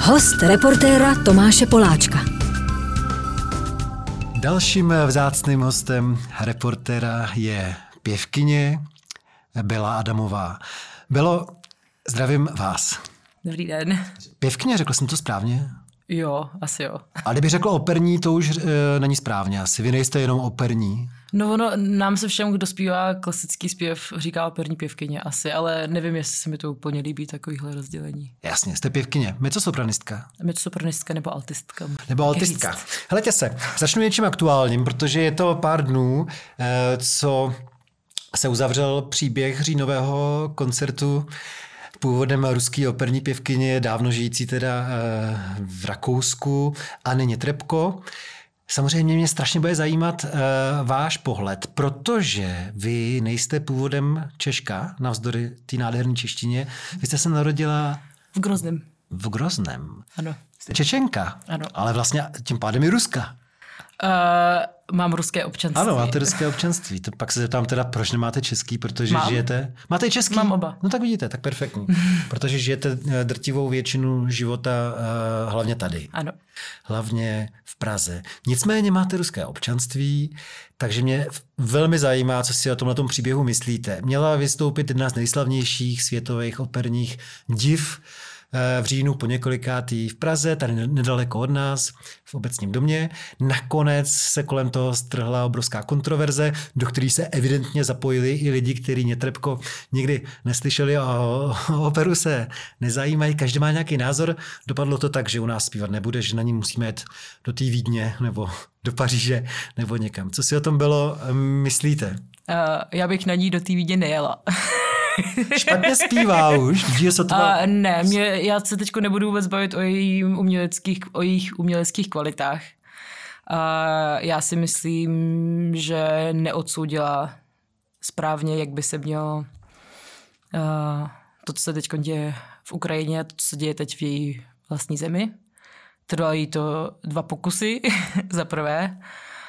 Host reportéra Tomáše Poláčka. Dalším vzácným hostem reportéra je pěvkyně Bela Adamová. Belo, zdravím vás. Dobrý den. Pěvkyně, řekl jsem to správně? Jo, asi jo. A kdyby řekl operní, to už není správně asi. Vy nejste jenom operní. No ono, nám se všem, kdo zpívá klasický zpěv, říká operní pěvkyně asi, ale nevím, jestli se mi to úplně líbí, takovýhle rozdělení. Jasně, jste pěvkyně. Mezzosopranistka. Mezzosopranistka nebo altistka. Nebo altistka. Heleďte se, začnu něčím aktuálním, protože je to pár dnů, co se uzavřel příběh říjnového koncertu původem ruský operní pěvkyně, dávno žijící teda v Rakousku, Anny Netrebko. Samozřejmě mě strašně bude zajímat váš pohled, protože vy nejste původem Češka, navzdory té nádherné češtině. Vy jste se narodila... V Grozném. V Grozném? Ano. Jste Čečenka? Ano. Ale vlastně tím pádem i Ruska. Mám ruské občanství. Ano, máte ruské občanství. To pak se zeptám teda, proč nemáte český, protože žijete... Máte český? Mám oba. No tak vidíte, tak perfektní. Protože žijete drtivou většinu života hlavně tady. Ano. Hlavně v Praze. Nicméně máte ruské občanství, takže mě velmi zajímá, co si o tomhletom příběhu myslíte. Měla vystoupit jedna z nejslavnějších světových operních div v říjnu po několikátý v Praze, tady nedaleko od nás, v Obecním domě. Nakonec se kolem toho strhla obrovská kontroverze, do které se evidentně zapojili i lidi, kteří Netrebko nikdy neslyšeli a o operu se nezajímají. Každý má nějaký názor. Dopadlo to tak, že u nás zpívat nebude, že na ní musíme jet do té Vídně nebo do Paříže nebo někam. Co si o tom bylo myslíte? Já bych na ní do té Vídně nejela. Špatně zpívá už. Ne, já se teď nebudu vůbec bavit o jejich uměleckých kvalitách. Já si myslím, že neodsoudila správně, jak by se mělo to, co se teď děje v Ukrajině, to, co se děje teď v její vlastní zemi. Trvalo jí to 2 pokusy za prvé.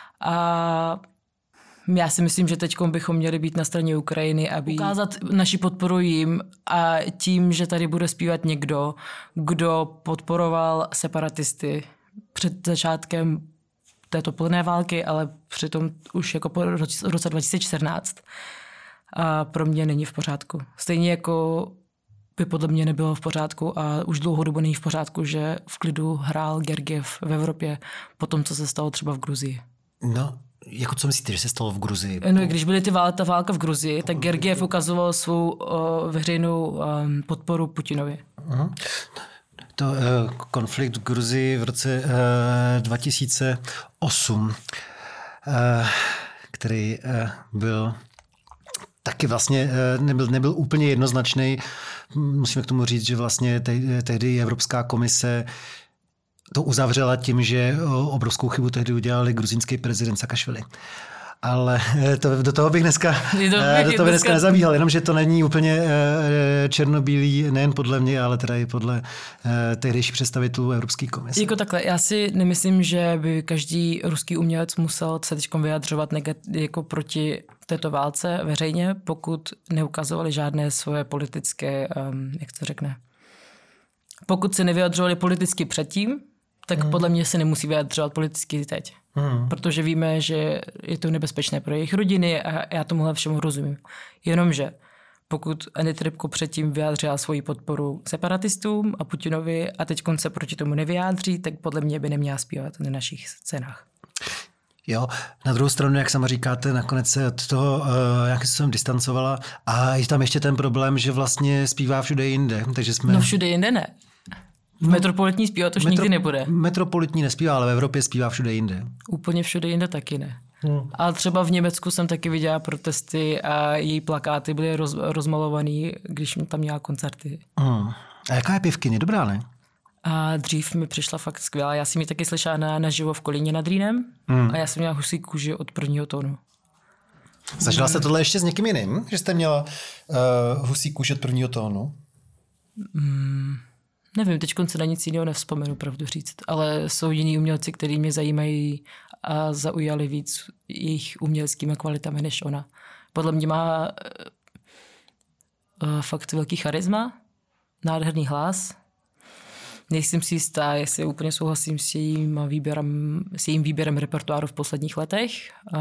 A já si myslím, že teď bychom měli být na straně Ukrajiny a ukázat naši podporu jim a tím, že tady bude zpívat někdo, kdo podporoval separatisty před začátkem této plné války, ale přitom už jako po roce 2014. A pro mě není v pořádku. Stejně jako by podle mě nebylo v pořádku a už dlouhou dobu není v pořádku, že v klidu hrál Gergiev v Evropě po tom, co se stalo třeba v Gruzii. No, jako co myslíte, že se stalo v Gruzii? No, když byly ta válka v Gruzii, tak Gergiev ukazoval svou veřejnou podporu Putinovi. To konflikt v Gruzii v roce 2008, který byl taky vlastně nebyl úplně jednoznačný. Musíme k tomu říct, že vlastně tehdy Evropská komise to uzavřela tím, že obrovskou chybu tehdy udělali gruzínský prezident Saakašvili. Ale do toho bych dneska nezabíhal, jenomže to není úplně černobílý, nejen podle mě, ale teda i podle tehdejších představitelů Evropské komise. Jako takhle, já si nemyslím, že by každý ruský umělec musel se teď vyjadřovat jako proti této válce veřejně, pokud neukazovali žádné svoje politické, jak to řekne, pokud se nevyjadřovali politicky předtím, tak podle mě se nemusí vyjadřovat politicky teď. Protože víme, že je to nebezpečné pro jejich rodiny a já tomuhle všemu rozumím. Jenomže pokud Anny Netrebko předtím vyjádřila svoji podporu separatistům a Putinovi a teď se proti tomu nevyjádří, tak podle mě by neměla zpívat na našich scénách. Jo, na druhou stranu, jak sama říkáte, nakonec se od toho nějakým způsobem distancovala a je tam ještě ten problém, že vlastně zpívá všude jinde. Takže jsme... No všude jinde ne. V metropolitní zpívat už nikdy nebude. Metropolitní nespívá, ale v Evropě zpívá všude jinde. Úplně všude jinde taky ne. Ale třeba v Německu jsem taky viděla protesty a její plakáty byly rozmalovaný, když tam měla koncerty. A jaká je pěvkyně? Dobrá, ne? A dřív mi přišla fakt skvělá. Já jsem ji taky slyšela naživo v Kolíně nad Rýnem a já jsem měla husí kůži od prvního tónu. Zažila jste tohle ještě s někým jiným? Že jste měla husí kůži od prvního tónu? Nevím, teď se na nic jiného nevzpomenu, pravdu říct, ale jsou jiní umělci, kteří mě zajímají a zaujali víc jejich uměleckými kvalitami než ona. Podle mě má fakt velký charisma, nádherný hlas nejsem si jistá, jestli úplně souhlasím s jejím výběrem repertoáru v posledních letech.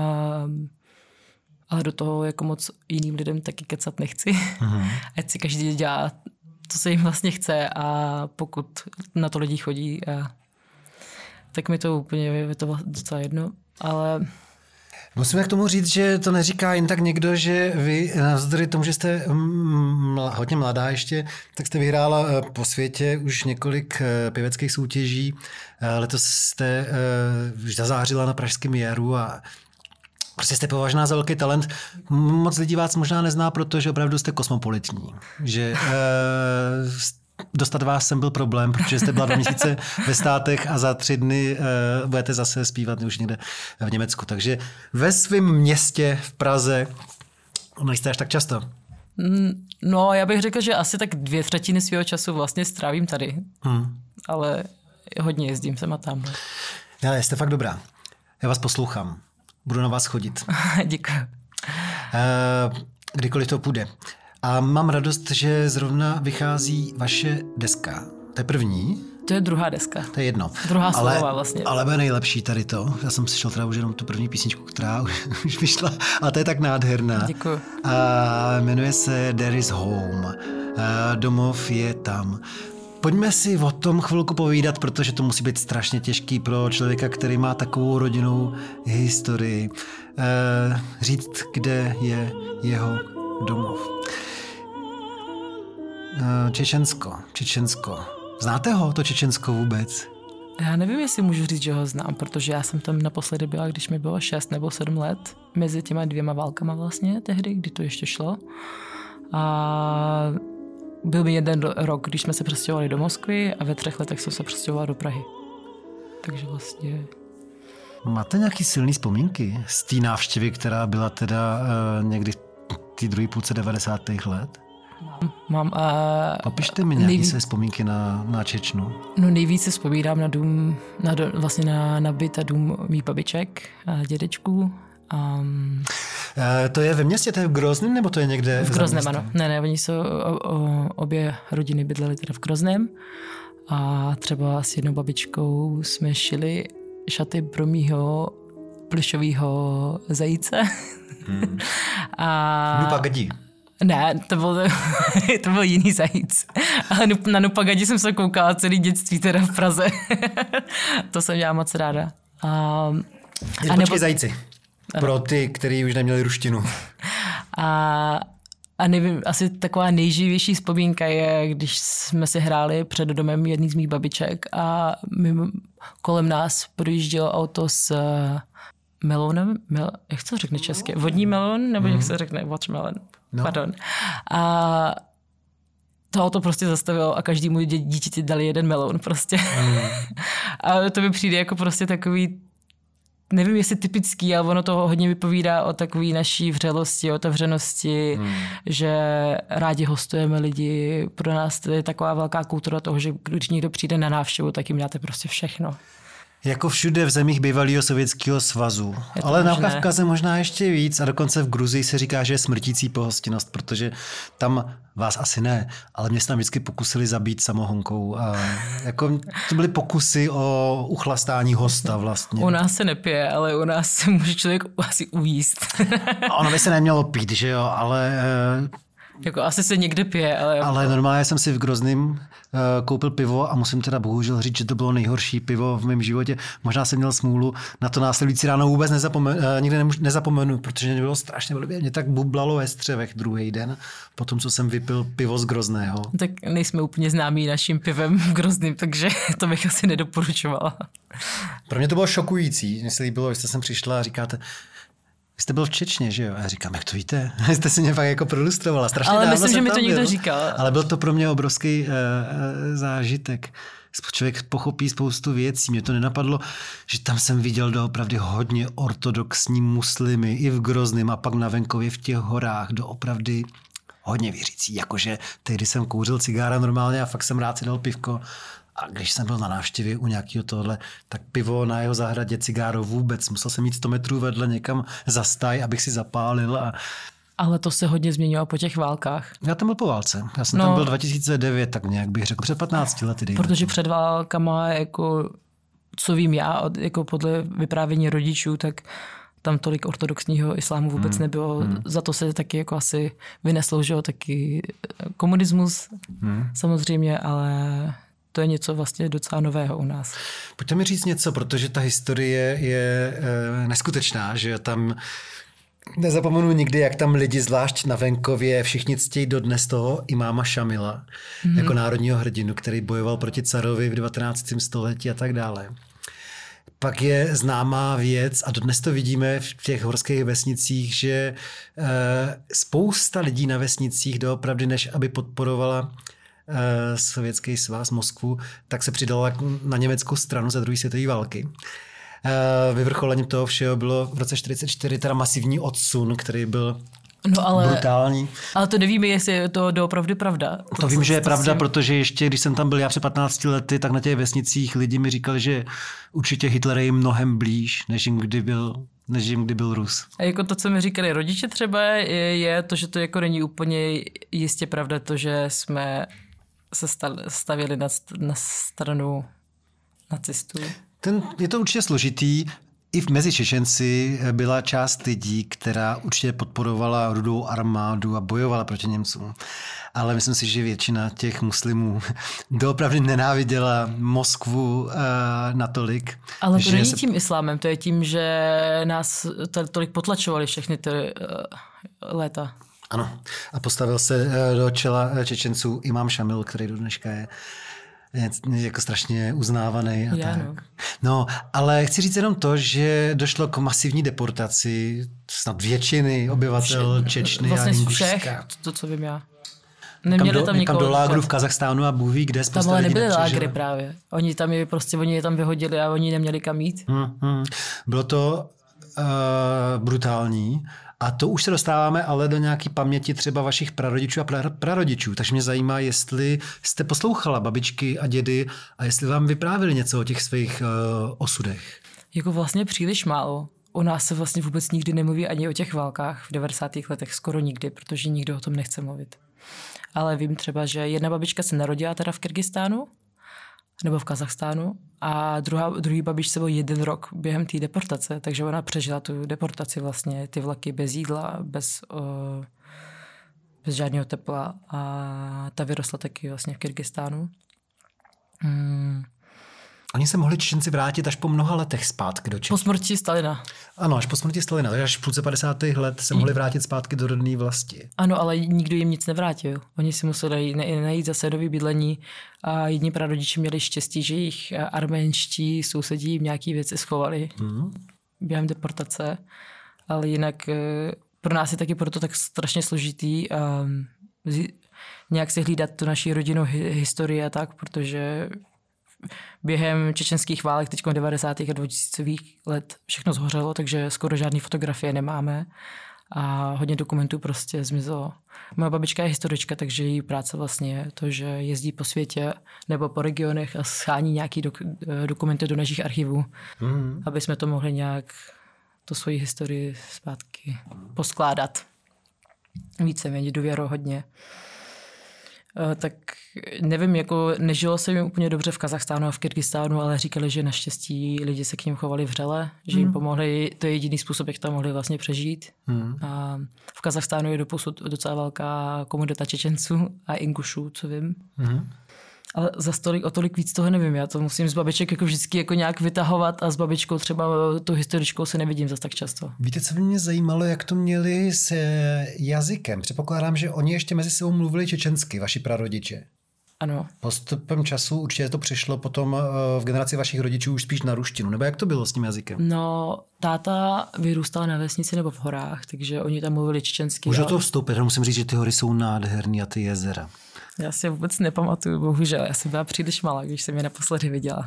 Ale do toho jako moc jiným lidem taky kecat nechci. Ať si každý dělá, co se jim vlastně chce a pokud na to lidi chodí, tak mi to úplně je to docela jedno. Ale musíme k tomu říct, že to neříká jen tak někdo, že vy navzdory tomu, že jste hodně mladá ještě, tak jste vyhrála po světě už několik pěveckých soutěží. Letos jste zazářila na Pražském jaru a prostě jste považná za velký talent. Moc lidí vás možná nezná, protože opravdu jste kosmopolitní. Že dostat vás sem byl problém, protože jste byla 2 měsíce ve Státech a za 3 dny budete zase zpívat už někde v Německu. Takže ve svém městě v Praze nejste až tak často. No, já bych řekl, že asi tak 2/3 svého času vlastně strávím tady. Ale hodně jezdím sem a tam. Ale jste fakt dobrá. Já vás poslouchám. Budu na vás chodit. Děkuji. Kdykoliv to půjde. A mám radost, že zrovna vychází vaše deska. To je první? To je druhá deska. To je jedno. Druhá solová vlastně. Ale bude nejlepší tady to. Já jsem slyšel teda už jenom tu první písničku, která už vyšla. A to je tak nádherná. Děkuji. A jmenuje se There is Home. Domov je tam. Pojďme si o tom chvilku povídat, protože to musí být strašně těžký pro člověka, který má takovou rodinnou historii. Říct, kde je jeho domov. Čečensko. Znáte ho, to Čečensko vůbec? Já nevím, jestli můžu říct, že ho znám, protože já jsem tam naposledy byla, když mi bylo 6 nebo 7 let, mezi těma 2 válkama vlastně tehdy, kdy to ještě šlo. A byl mi 1 rok, když jsme se přestěhovali do Moskvy a ve 3 letech jsem se přestěhovala do Prahy. Takže vlastně... Máte nějaký silný vzpomínky z té návštěvy, která byla teda někdy v té druhé půlce 90. let? Mám. Popište mi nějaké své vzpomínky na Čečnu. No nejvíce vzpomínám na dům, vlastně na byt a dům mých babiček a dědečků. To je ve městě, to je v Grozném, nebo to je někde v Grozném, ano. Ne, oni jsou obě rodiny bydlely teda v Grozném a třeba s jednou babičkou jsme šili šaty pro mýho plišovýho zajíce. Nupagadí. Ne, to byl jiný zajíc. Ale na Nupagadi jsem se koukala celý dětství teda v Praze. To jsem měla moc ráda. Počkej zajíci. Pro ty, kteří už neměli ruštinu. A nevím, asi taková nejživější vzpomínka je, když jsme si hráli před domem jedný z mých babiček a kolem nás projíždělo auto s melonem, jak se to řekne česky? Vodní melon? Nebo jak se řekne? Watermelon. No. Pardon. A to auto prostě zastavilo a každému dítěti dali 1 melon prostě. A to mi přijde jako prostě takový, nevím, jestli typický, ale ono to hodně vypovídá o takové naší vřelosti, otevřenosti, že rádi hostujeme lidi. Pro nás to je taková velká kultura toho, že když někdo přijde na návštěvu, tak jim dáte prostě všechno. Jako všude v zemích bývalého Sovětského svazu. Ale na Kavkaze možná ještě víc a dokonce v Gruzii se říká, že je smrtící pohostinnost, protože tam vás asi ne, ale mě se tam vždycky pokusili zabít samohonkou. A jako to byly pokusy o uchlastání hosta vlastně. U nás se nepije, ale u nás se může člověk asi ujíst. Ono by se nemělo pít, že jo, ale... Jako asi se někde pije, ale... Ale normálně jsem si v Grozném koupil pivo a musím teda bohužel říct, že to bylo nejhorší pivo v mém životě. Možná jsem měl smůlu, na to následující ráno vůbec nikdy nezapomenu, protože mě bylo strašně blbě. Mě tak bublalo ve střevech druhý den, potom co jsem vypil pivo z Grozného. Tak nejsme úplně známí naším pivem v Grozném, takže to bych asi nedoporučovala. Pro mě to bylo šokující. Mně se líbilo, že jsem přišla a říkáte, vy jste byl v Čečně, že jo? A já říkám, jak to víte? Jste si mě fakt jako prolustrovala. Strašně ale myslím, že mi to někdo někdo říkal. Ale byl to pro mě obrovský zážitek. Člověk pochopí spoustu věcí. Mě to nenapadlo, že tam jsem viděl doopravdy hodně ortodoxní muslimy i v Grozném a pak na venkově v těch horách doopravdy hodně věřící. Jakože tehdy jsem kouřil cigára normálně a fakt jsem rád si dal pivko. A když jsem byl na návštěvě u nějakého tohle, tak pivo na jeho zahradě, cigáro vůbec. Musel jsem jít 100 metrů vedle někam za staj, abych si zapálil. A Ale to se hodně změnilo po těch válkách. Já tam byl po válce. Já jsem tam byl 2009, tak nějak bych řekl, před 15 lety. Protože před válkama, jako, co vím já, jako podle vyprávění rodičů, tak tam tolik ortodoxního islámu vůbec nebylo. Za to se taky jako asi vyneslo, že jo, taky komunismus samozřejmě, ale to je něco vlastně docela nového u nás. Pojďte mi říct něco, protože ta historie je neskutečná, že tam nezapomenu nikdy, jak tam lidi, zvlášť na venkově, všichni ctějí dodnes toho imáma Šamila, jako národního hrdinu, který bojoval proti carovi v 19. století a tak dále. Pak je známá věc, a dodnes to vidíme v těch horských vesnicích, že spousta lidí na vesnicích doopravdy, než aby podporovala Sovětský svaz, Moskvu, tak se přidala na německou stranu za druhé světové války. Vyvrcholením toho všeho bylo v roce 1944 teda masivní odsun, který byl brutální. Ale to nevíme, jestli je to doopravdy pravda. To vím, že je pravda, protože ještě, když jsem tam byl já před 15 lety, tak na těch vesnicích lidi mi říkali, že určitě Hitler je jim mnohem blíž, než jim kdy byl Rus. A jako to, co mi říkali rodiče třeba, je to, že to jako není úplně jistě pravda, to, že jsme se stavěli na stranu nacistů. Je to určitě složitý. I mezi Čečenci byla část lidí, která určitě podporovala Rudou armádu a bojovala proti Němcům. Ale myslím si, že většina těch muslimů doopravdy nenáviděla Moskvu natolik. Ale to není tím islámem, to je tím, že nás tolik potlačovali všechny ty léta. Ano. A postavil se do čela Čečenců imám Šamil, který do dneška je jako strašně uznávaný. A tak. No, ale chci říct jenom to, že došlo k masivní deportaci snad většiny obyvatel Čečny vlastně a Ingušska. To, co vím já. Neměli tam někoho do lágru v Kazachstánu a Bůh ví, kde tam ale nebyly lágry právě. Oni je tam vyhodili a oni neměli kam jít. Bylo to brutální. A to už se dostáváme ale do nějaké paměti třeba vašich prarodičů a prarodičů. Takže mě zajímá, jestli jste poslouchala babičky a dědy a jestli vám vyprávěli něco o těch svých osudech. Jako vlastně příliš málo. U nás se vlastně vůbec nikdy nemluví ani o těch válkách v 90. letech, skoro nikdy, protože nikdo o tom nechce mluvit. Ale vím třeba, že jedna babička se narodila teda v Kyrgyzstánu nebo v Kazachstánu a druhý babičce byl 1 rok během té deportace, takže ona přežila tu deportaci vlastně, ty vlaky bez jídla, bez žádného tepla a ta vyrostla taky vlastně v Kyrgyzstánu. Oni se mohli Čečenci vrátit až po mnoha letech zpátky do Čečny. Po smrti Stalina. Ano, až po smrti Stalina, takže až v půlce 50. let se mohli vrátit zpátky do rodné vlasti. Ano, ale nikdo jim nic nevrátil. Oni si museli najít zase nový bydlení a jedni prarodiči měli štěstí, že jich arménští sousedí jim nějaký věci schovali během deportace, ale jinak pro nás je taky proto tak strašně složitý nějak si hlídat tu naši rodinnou historii a tak, protože během čečenských válek teď 90. a 2000. let všechno zhořelo, takže skoro žádné fotografie nemáme a hodně dokumentů prostě zmizelo. Moje babička je historička, takže její práce vlastně je to, že jezdí po světě nebo po regionech a schání nějaký dokumenty do našich archivů, aby jsme to mohli nějak tu svoji historii zpátky poskládat. Víceméně důvěrohodně. Tak nevím, jako nežilo se jim úplně dobře v Kazachstánu a v Kyrgyzstánu, ale říkali, že naštěstí lidi se k ním chovali vřele, že jim pomohli, to je jediný způsob, jak tam mohli vlastně přežít. A v Kazachstánu je doposud docela velká komunita Čečenců a Ingušů, co vím. Ale o tolik víc toho nevím. Já to musím z babiček jako vždycky jako nějak vytahovat a s babičkou třeba tu historičkou se nevidím zas tak často. Víte, co by mě zajímalo, jak to měli s jazykem? Předpokládám, že oni ještě mezi sebou mluvili čečensky, vaši prarodiče. Ano. Postupem času určitě to přišlo potom v generaci vašich rodičů už spíš na ruštinu. Nebo jak to bylo s tím jazykem? No, táta vyrůstal na vesnici nebo v horách, takže oni tam mluvili čečensky. Už o to vstoupit, musím říct, že ty hory jsou nádherný a ty jezera. Já si vůbec nepamatuju, bohužel. Já jsem byla příliš malá, když jsem je naposledy viděla.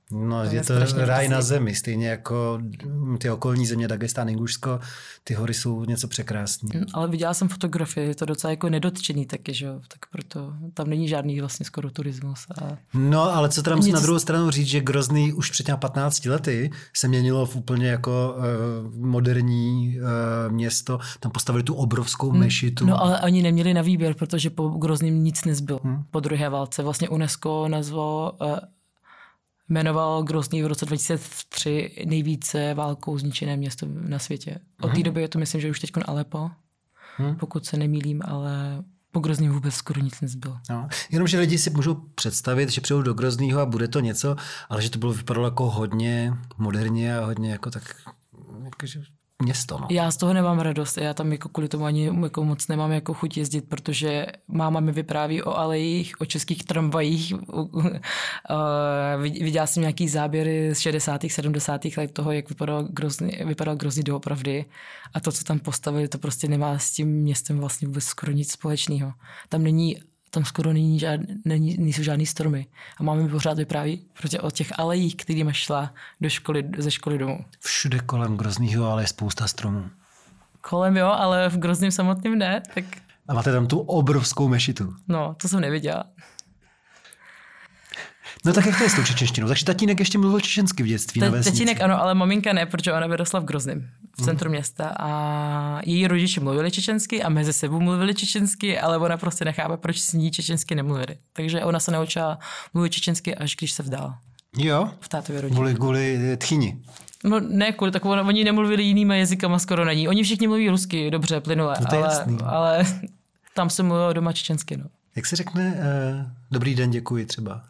No, je to ráj na zemi, stejně jako ty okolní země, Dagestán, Ingušsko, ty hory jsou něco překrásný. Ale viděla jsem fotografie, je to docela jako nedotčený taky, že jo, tak proto tam není žádný vlastně skoro turismus. No, ale co teda musím na druhou stranu říct, že Grozný už před těmi 15 lety se měnilo v úplně jako moderní město, tam postavili tu obrovskou mešitu. No, ale oni neměli na výběr, protože po Grozným nic nezbylo po druhé válce. Vlastně UNESCO jmenoval Grozný v roce 2003 nejvíce válkou zničené město na světě. Od té doby je to, myslím, že už teď Alepo, pokud se nemýlím, ale po Grozným vůbec skoro nic nezbylo. No, jenomže lidi si můžou představit, že přijdou do Groznýho a bude to něco, ale že to vypadalo jako hodně moderně a hodně jako tak jakože město. No. Já z toho nemám radost. Já tam jako kvůli tomu ani jako moc nemám jako chuť jezdit, protože máma mi vypráví o alejích, o českých tramvajích. Viděla jsem nějaký záběry z 60. 70. let toho, jak vypadal Grozný doopravdy. A to, co tam postavili, to prostě nemá s tím městem vlastně vůbec skoro nic společného. Tam skoro nejsou žádný stromy. A máma mi pořád vypráví o těch alejích, kterými šla ze školy domů. Všude kolem Groznýho ale je spousta stromů. Kolem jo, ale v Grozným samotným ne. Tak... A máte tam tu obrovskou mešitu. No, to jsem neviděla. No tak jak to je s tou čečenštinou? Takže tatínek ještě mluvil čečensky v dětství na vesnici. Tatínek ano, ale maminka ne, protože ona vyrostla v Grozným, v centru města a její rodiče mluvili čečensky a mezi sebou mluvili čečensky, ale ona prostě nechápe, proč s ní čečensky nemluvili. Takže ona se naučila mluvit čečensky, až když se vdala. Jo? V tátově rodině. Kvůli tchyni. No ne, kvůli takovou, oni nemluvili jinýma jazykama skoro na ní. Oni všichni mluví rusky, dobře, plynule, ale tam se mluvilo doma čečensky, no. Jak se řekne dobrý den, děkuji třeba?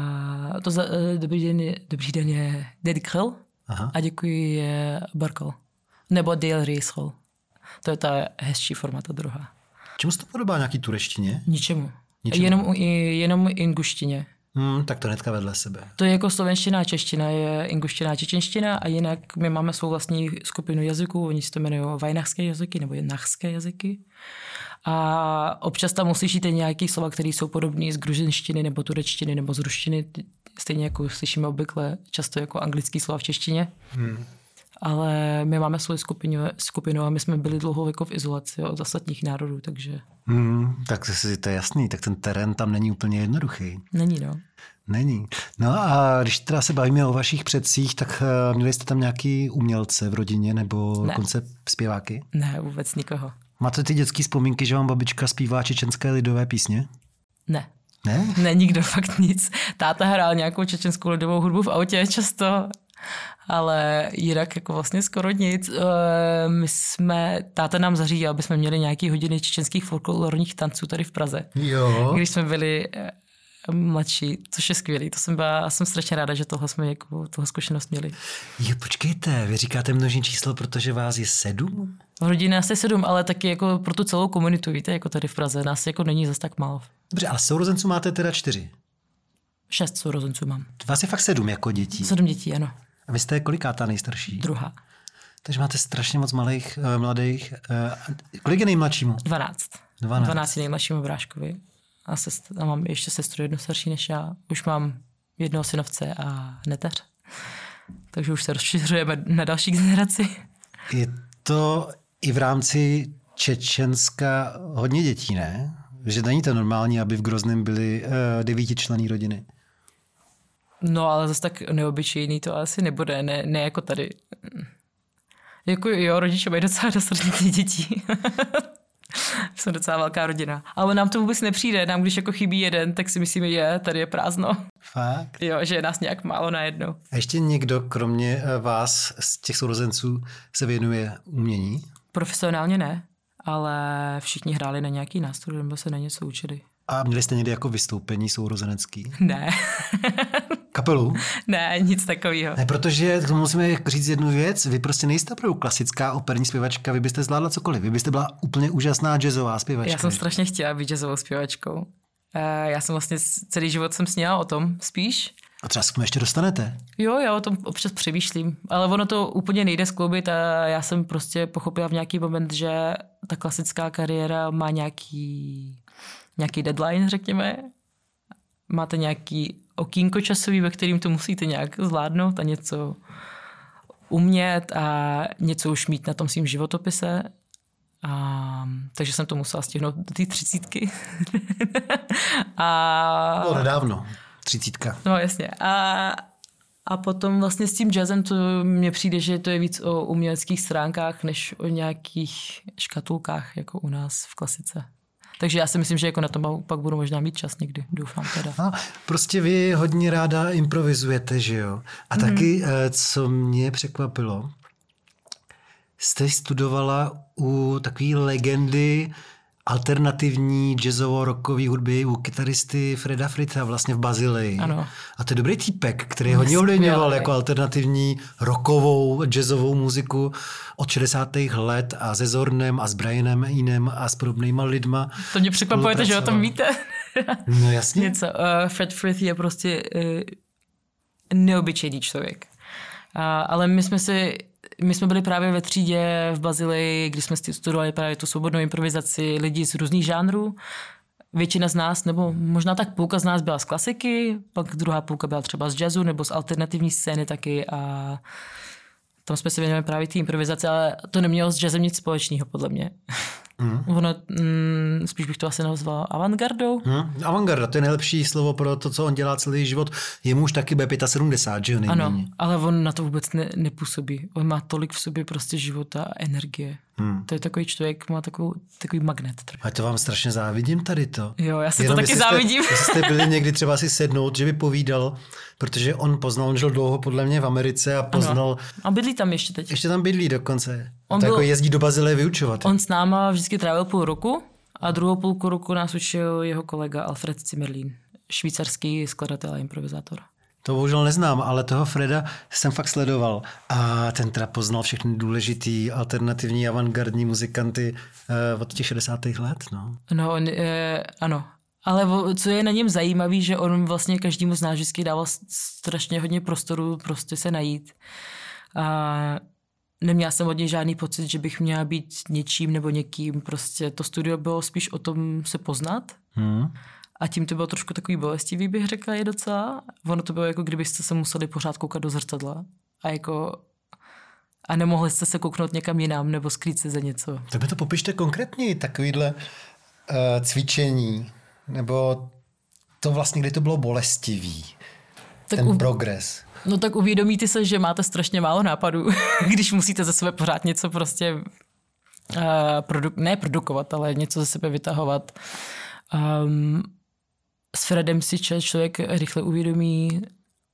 Dobrý den je Dedikl a děkuji je Barkal. Nebo Del Rieshol. To je ta hezčí forma, ta druhá. Čemu se to podobá, nějaký tureštině? Ničemu. Jenom inguštině. Tak to hnedka vedle sebe. To je jako slovenština a čeština, je inguština a čečenština a jinak my máme svou vlastní skupinu jazyků, oni se to jmenují vajnachské jazyky nebo nachské jazyky. A občas tam uslyšíte nějaké slova, které jsou podobné z gruzinštiny nebo turečtiny nebo z ruštiny, stejně jako slyšíme obvykle často jako anglický slova v češtině. Ale my máme svou skupinu a my jsme byli dlouho jako v izolaci od ostatních národů, takže... Tak to je jasný, tak ten terén tam není úplně jednoduchý. Není, no. Není. No a když teda se bavíme o vašich předcích, tak měli jste tam nějaký umělce v rodině nebo dokonce zpěváky? Ne, vůbec nikoho. Máte ty dětské vzpomínky, že vám babička zpívá čečenské lidové písně? Ne. Ne? Ne, nikdo, fakt nic. Táta hrál nějakou čečenskou lidovou hudbu v autě často, ale jinak jako vlastně skoro nic. Táta nám zařídil, aby jsme měli nějaký hodiny čečenských folklorních tanců tady v Praze. Jo. Když jsme byli mladší, což je skvělý. Jsem strašně ráda, že tohle jsme jako tohle zkušenost měli. Jo, počkejte, vy říkáte množné číslo, protože vás je 7? V rodině nás je 7, ale taky jako pro tu celou komunitu, víte, jako tady v Praze. Nás jako není zas tak málo. Dobře, ale sourozenců máte teda 4? 6 sourozenců mám. Vás je fakt 7 jako dětí? 7 dětí, ano. A vy jste kolikátá nejstarší? 2. Takže máte strašně moc mladých. Kolik je nejmladšímu? 12. 12 je nejmladšímu bráškovi. A mám ještě sestru jednu starší než já. Už mám jednoho synovce a neteř. Takže už se rozšiřujeme na další generaci. Je to i v rámci Čečenska hodně dětí, ne? Že není to normální, aby v Grozném byly 9členné rodiny. No, ale zase tak neobyčejný to asi nebude. Ne jako tady. Jako jo, rodiče mají docela dost dětí. Jsme docela velká rodina. Ale nám to vůbec nepřijde. Nám, když jako chybí jeden, tak si myslíme, tady je prázdno. Fakt? Jo, že je nás nějak málo najednou. A ještě někdo, kromě vás, z těch sourozenců, se věnuje umění? Profesionálně ne, ale všichni hráli na nějaký nástroj, nebo se na něco učili. A měli jste někdy jako vystoupení sourozenecký? Ne. Kapelu? Ne, nic takového. Ne, protože to musíme říct jednu věc. Vy prostě nejste opravdu klasická operní zpěvačka, vy byste zvládla cokoliv. Vy byste byla úplně úžasná jazzová zpěvačka. Já jsem strašně chtěla být jazzovou zpěvačkou. Já jsem vlastně celý život sněla o tom spíš. A třeba se k tomu ještě dostanete? Jo, já o tom občas přemýšlím. Ale ono to úplně nejde skloubit a já jsem prostě pochopila v nějaký moment, že ta klasická kariéra má nějaký deadline, řekněme. máte nějaký okýnko časový, ve kterým to musíte nějak zvládnout a něco umět a něco už mít na tom svým životopise. Takže jsem to musela stihnout do té 30. Bylo nedávno, 30. No jasně. A potom vlastně s tím jazzem to mně přijde, že to je víc o uměleckých stránkách, než o nějakých škatulkách, jako u nás v klasice. Takže já si myslím, že jako na tom pak budu možná mít čas někdy, doufám teda. No, prostě vy hodně ráda improvizujete, že jo? A taky, co mě překvapilo, jste studovala u takové legendy alternativní jazzovo-rockové hudby u kytaristy Freda Frita vlastně v Basileji. Ano. A to je dobrý týpek, který hodně ovlivňoval jako alternativní rockovou jazzovou muziku od 60. let a se Zornem a s Brianem Inem a s podobnýma lidma. To mě překvapujete, že o tom víte. No jasně. Něco. Fred Frith je prostě neobyčejný člověk. Ale my jsme byli právě ve třídě v Basileji, kdy jsme studovali právě tu svobodnou improvizaci lidí z různých žánrů. Většina z nás, nebo možná tak půlka z nás byla z klasiky, pak druhá půlka byla třeba z jazzu nebo z alternativní scény taky a tam jsme se věnovali právě té improvizaci, ale to nemělo s jazzem nic společného, podle mě. Ono, spíš bych to asi nazval avantgardou. Avantgarda, to je nejlepší slovo pro to, co on dělá celý život. Jemu už taky bude 75, že jo? Ano, ale on na to vůbec nepůsobí. On má tolik v sobě prostě života a energie. To je takový člověk, má takový magnet. A to vám strašně závidím tady to. Jo, já si to taky závidím. Jestli jste byli někdy třeba si sednout, že by povídal, protože on žil dlouho podle mě v Americe a poznal... Ano. A bydlí tam ještě teď. Ještě tam bydlí dokonce. On jako jezdí do Basileje vyučovat. On s náma vždycky trávil půl roku a druhou půlku roku nás učil jeho kolega Alfred Zimmerlin, švýcarský skladatel a improvizátor. To bohužel neznám, ale toho Freda jsem fakt sledoval. A ten teda poznal všechny důležitý alternativní avantgardní muzikanty od těch 60. let. No, ano. Ale co je na něm zajímavý, že on vlastně každému z nás vždycky dával strašně hodně prostoru prostě se najít. A neměla jsem od něj žádný pocit, že bych měla být něčím nebo někým. Prostě to studio bylo spíš o tom se poznat. A tím to bylo trošku takový bolestivý, bych řekla, je docela. Ono to bylo jako kdybyste se museli pořád koukat do zrcadla. A nemohli jste se kouknout někam jinam nebo skrýt se za něco. Tak mi to popište konkrétně, takovýhle cvičení. Nebo to vlastně, kdy to bylo bolestivý. Tak ten progres. No tak uvědomíte se, že máte strašně málo nápadů, když musíte ze sebe pořád něco prostě ne produkovat, ale něco ze sebe vytahovat. S Fredem si člověk rychle uvědomí,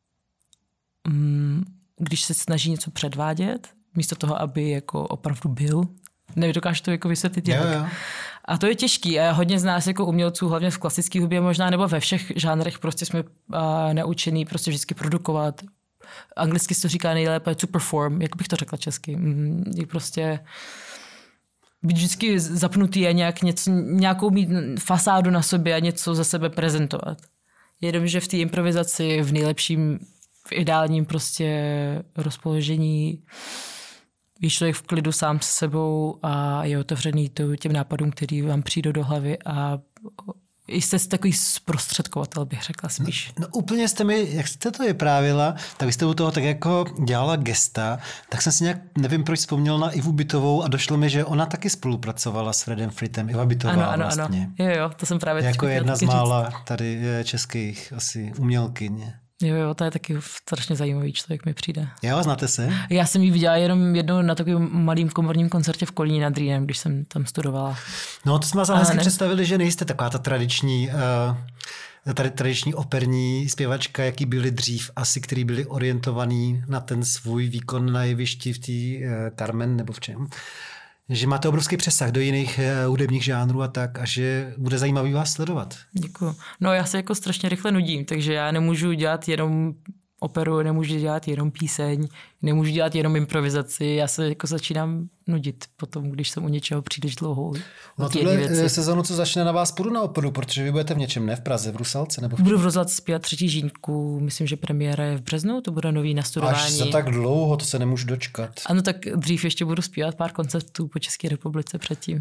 když se snaží něco předvádět, místo toho, aby jako opravdu byl. Nedokážu to jako vysvětlit jinak. Jo. A to je těžký. A hodně z nás jako umělců, hlavně v klasické hudbě možná, nebo ve všech žánrech prostě jsme naučený prostě vždycky produkovat. Anglicky se to říká nejlépe to perform, jak bych to řekla česky. Je prostě být vždycky zapnutý a nějakou mít fasádu na sobě a něco za sebe prezentovat. Jenomže v té improvizaci v ideálním prostě rozpoložení je člověk v klidu sám s sebou a je otevřený těm nápadům, který vám přijdou do hlavy a jste takový zprostředkovatel, bych řekla spíš. No úplně jak jste to vyprávila, tak vy jste u toho tak jako dělala gesta, tak jsem si nějak, nevím proč, vzpomněl na Ivu Bytovou a došlo mi, že ona taky spolupracovala s Fredem Fritem. Iva Bytová ano, vlastně. Jo, to jsem právě jako jedna z mála tady českých asi umělkyň. Jo, to je taky strašně zajímavý člověk, mi přijde. Jo, znáte se? Já jsem ji viděla jenom jednou na takovém malým komorním koncertě v Kolíně nad Rýnem, když jsem tam studovala. No, to jsme vás hezky představili, že nejste taková ta tradiční operní zpěvačka, jaký byli dřív asi, který byli orientovaný na ten svůj výkon na jevišti v té Carmen nebo v čem. Že máte obrovský přesah do jiných hudebních žánrů a tak a že bude zajímavý vás sledovat. Děkuju. No já se jako strašně rychle nudím, takže já nemůžu dělat jenom operu, nemůžu dělat jenom píseň, nemůžu dělat jenom improvizaci, já se jako začínám nudit potom, když jsem u něčeho příliš dlouho. No tuhle sezonu, co začne, na vás půjdu na operu, protože vy budete v něčem, ne v Praze, v Rusalce? Nebo Budu v Rusalce zpívat 3. Žínku, myslím, že premiéra je v březnu, to bude nový nastudování. Až za tak dlouho, to se nemůžu dočkat. Ano, tak dřív ještě budu zpívat pár koncertů po České republice předtím.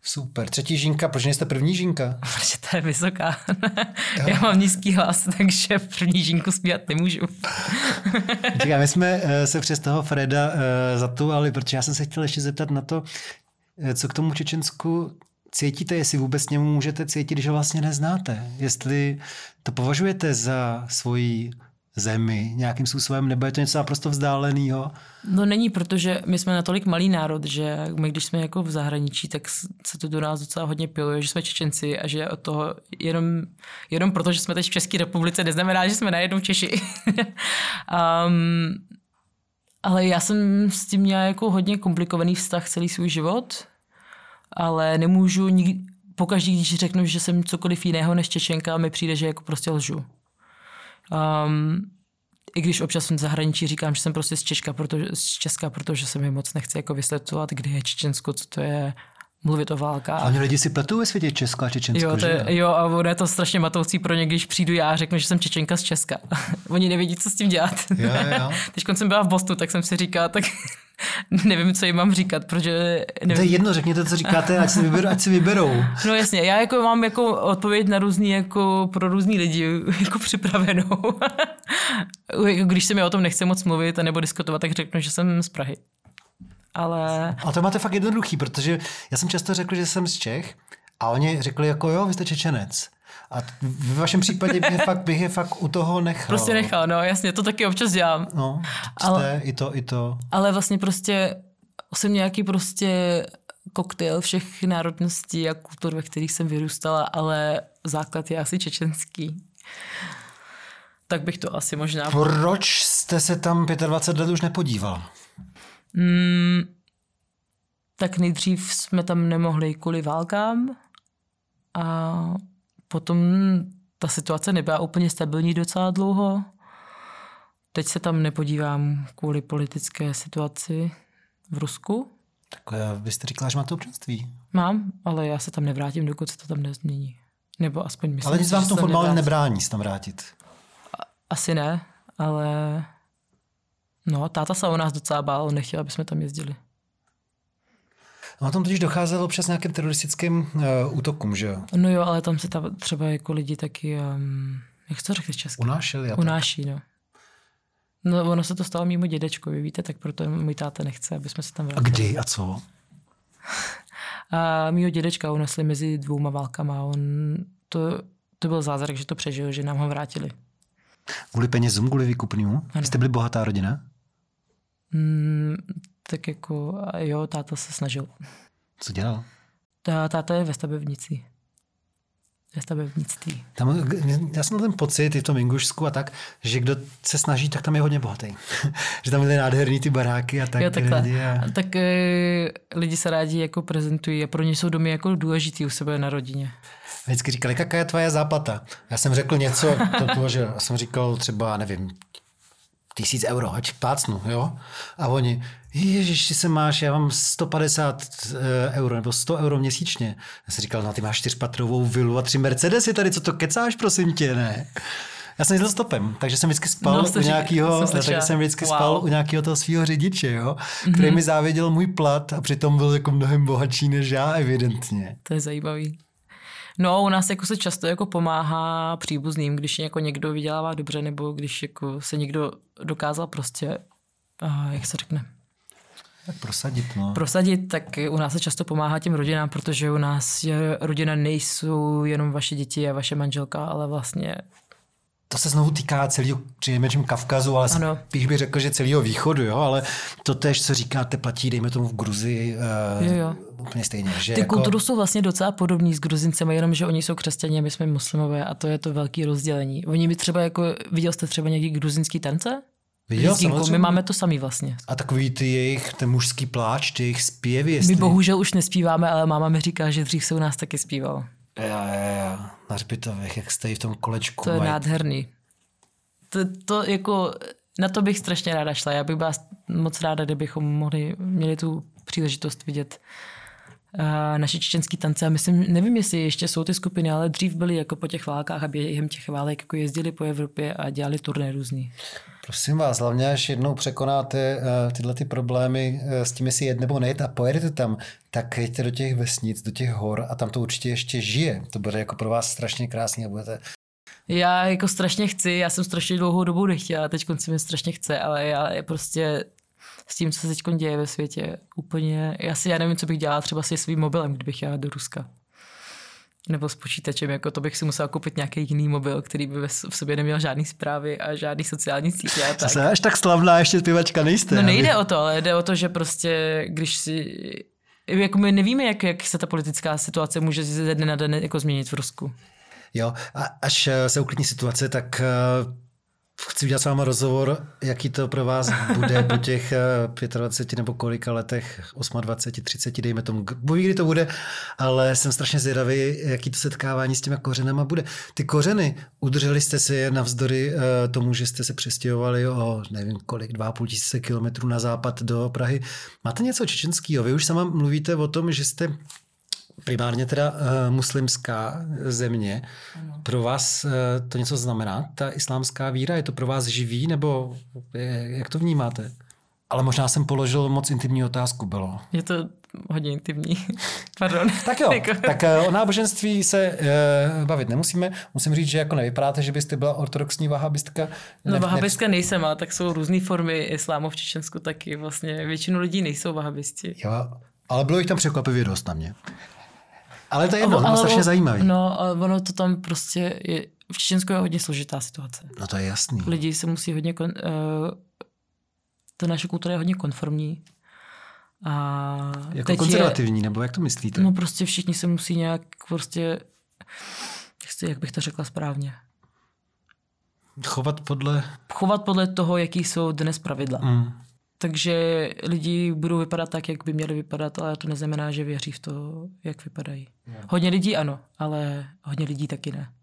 Super. Třetí žínka, proč nejste první žínka? Protože to je vysoká. Já mám nízký hlas, takže první žínku zpívat nemůžu. Říká, my jsme se přes toho Freda zatuvali, protože já jsem se chtěl ještě zeptat na to, co k tomu Čečensku cítíte, jestli vůbec němu můžete cítit, když ho vlastně neznáte. Jestli to považujete za svoji zemi nějakým způsobem, nebo je to něco naprosto vzdáleného? No není, protože my jsme natolik malý národ, že my, když jsme jako v zahraničí, tak se to do nás docela hodně piluje, že jsme Čečenci a že od toho jenom proto, že jsme teď v České republice, neznamená, že jsme najednou Češi. Ale já jsem s tím měla jako hodně komplikovaný vztah celý svůj život, ale nemůžu pokaždý, když řeknu, že jsem cokoliv jiného než Čečenka, mi přijde, že jako prostě lžu. I když občas v zahraničí říkám, že jsem prostě z Česka, protože se mi moc nechce jako vysvětlovat, kde je Čečensko, co to je, mluvit o válkách. Ale lidi si pletou ve světě Česko a Čečensko, jo, a ono je to strašně matoucí pro ně, když přijdu já a řeknu, že jsem Čečenka z Česka. Oni nevědí, co s tím dělat. Jo. Teď jsem byla v Bostonu, tak jsem si říkala, tak nevím, co jim mám říkat, protože... Nevím. To je jedno, řekněte, co říkáte, ať si vyberou. No jasně, já jako mám jako odpověď na různý, jako pro různý lidi jako připravenou. Když se mi o tom nechce moc mluvit nebo diskutovat, tak řeknu, že jsem z Prahy. Ale to máte fakt jednoduchý, protože já jsem často řekl, že jsem z Čech a oni řekli jako jo, vy jste Čečenec. A v vašem případě bych je fakt u toho nechal. Prostě nechal, no jasně, to taky občas dělám. No, ale, i to. Ale vlastně prostě jsem nějaký prostě koktejl všech národností a kultur, ve kterých jsem vyrůstala, ale základ je asi čečenský. Tak bych to asi možná... Proč jste se tam 25 let už nepodíval? Tak nejdřív jsme tam nemohli kvůli válkám a potom ta situace nebyla úplně stabilní docela dlouho. Teď se tam nepodívám kvůli politické situaci v Rusku. Tak vy jste říkala, že máte občanství. Mám, ale já se tam nevrátím, dokud se to tam nezmění. Nebo aspoň myslím, ale nic vám v tom formálně nebrání se tam vrátit. Asi ne, ale no, táta se o nás docela bál, on nechtěl, aby jsme tam jezdili. No, tam totiž docházelo občas nějakým teroristickým útokům, že jo? No jo, ale tam se třeba jako lidi taky, jak to řekli česky? Unáší, no. No, ono se to stalo mému dědečkovi, víte, tak proto můj táta nechce, aby jsme se tam vrátili. A kdy a co? A mýho dědečka unesli mezi 2 válkama. To byl zázrak, že to přežil, že nám ho vrátili. Kvůli penězům, kvůli výkupnímu? Jste byli bohatá rodina? Tak jako, jo, táta se snažil. Co dělal? Táta je ve stavebnictví. Tam, já jsem měl ten pocit i v tom Ingušsku a tak, že kdo se snaží, tak tam je hodně bohatý. Že tam byly nádherný ty baráky a tak. Jo, tak lidi se rádi jako prezentují a pro ně jsou domy jako důležitý u sebe na rodině. Vždycky říkali, jaká je tvoje záplata? Já jsem řekl něco, já jsem říkal třeba, nevím, 1000 euro, ať plácnu, jo? A oni, ježiš, ty se máš, já mám 150 euro nebo 100 euro měsíčně. Já jsem říkal, no ty máš 4patrovou vilu a 3 Mercedesy tady, co to kecáš, prosím tě, ne? Já jsem jezdil stopem, takže jsem vždycky spal u nějakého toho svého řidiče, jo? Který mi záviděl můj plat a přitom byl jako mnohem bohatší než já, evidentně. To je zajímavý. No, u nás jako se často jako pomáhá příbuzným, když jako někdo vydělává dobře, nebo když jako se někdo dokázal prostě, jak se řekne? Prosadit, tak u nás se často pomáhá těm rodinám, protože u nás rodina nejsou jenom vaše děti a vaše manželka, ale vlastně... To se znovu týká celého přinejmenším Kavkazu, ale spíš bych řekl, že celého východu, jo, ale to též, co říkáte, platí, dejme tomu v Gruzii, jo. Úplně stejně. Že ty jako... kultury jsou vlastně docela podobný s Gruzincemi, jenom že oni jsou křesťané a my jsme muslimové a to je to velké rozdělení. Oni mi třeba jako, viděl jste třeba někdy gruzinský tance? Viděl jsem. My máme to samý vlastně. A takový ten mužský pláč, ty jejich zpěvy, jestli... My bohužel už nespíváme, ale máma mi říká, že dřív se u nás taky zpíval. Já. Na hřbitovech, jak stojí v tom kolečku. To je nádherný. To jako, na to bych strašně ráda šla. Já bych byla moc ráda, kdybychom měli tu příležitost vidět naše čečenský tance. A nevím, jestli ještě jsou ty skupiny, ale dřív byly jako po těch válkách a během těch válek jako jezdili po Evropě a dělali turné různý. Prosím vás, hlavně až jednou překonáte tyhle ty problémy s tím, jestli jet nebo nejet a pojedete tam, tak jeďte do těch vesnic, do těch hor a tam to určitě ještě žije. To bude jako pro vás strašně krásný a budete... Já jako strašně chci, já jsem strašně dlouhou dobu nechtěla, teď si mi strašně chce, ale já prostě s tím, co se teď děje ve světě, úplně, já nevím, co bych dělala třeba se svým mobilem, kdybych jela do Ruska. Nebo s počítačem, jako to bych si musela koupit nějaký jiný mobil, který by v sobě neměl žádný zprávy a žádný sociální sítě. A tak. Až tak slavná ještě zpěvačka nejste. No nejde o to, ale jde o to, že prostě, když si... Jako my nevíme, jak se ta politická situace může ze dne na den jako změnit v Rusku. Jo, a až se uklidní situace, tak chci udělat s váma rozhovor, jaký to pro vás bude po těch 25 nebo kolika letech, 28, 30, dejme tomu, bůh ví, kdy to bude, ale jsem strašně zvědavý, jaký to setkávání s těma kořenama bude. Ty kořeny, udrželi jste si je navzdory tomu, že jste se přestěhovali o nevím kolik, 2500 kilometrů na západ do Prahy. Máte něco čečenského? Vy už sama mluvíte o tom, že jste primárně teda muslimská země. Ano. Pro vás to něco znamená, ta islámská víra? Je to pro vás živý, nebo jak to vnímáte? Ale možná jsem položil moc intimní otázku, bylo. Je to hodně intimní. Pardon. Tak jo, tak o náboženství se bavit nemusíme. Musím říct, že jako nevypadáte, že byste byla ortodoxní vahabistka. No vahabistka nejsem, ale tak jsou různé formy islámu v Čečensku taky. Vlastně většinu lidí nejsou vahabisti. Jo, ale bylo jich tam překvapivě dost na mě. Ale to je jedno, to strašně zajímavý. No, ono to tam prostě je, v Čečensku je hodně složitá situace. No to je jasný. Lidi se musí hodně, ta naše kultura je hodně konformní. A jako konzervativní, nebo jak to myslíte? No prostě všichni se musí nějak prostě, jak bych to řekla správně. Chovat podle toho, jaký jsou dnes pravidla. Takže lidi budou vypadat tak, jak by měli vypadat, ale to neznamená, že věří v to, jak vypadají. Hodně lidí ano, ale hodně lidí taky ne.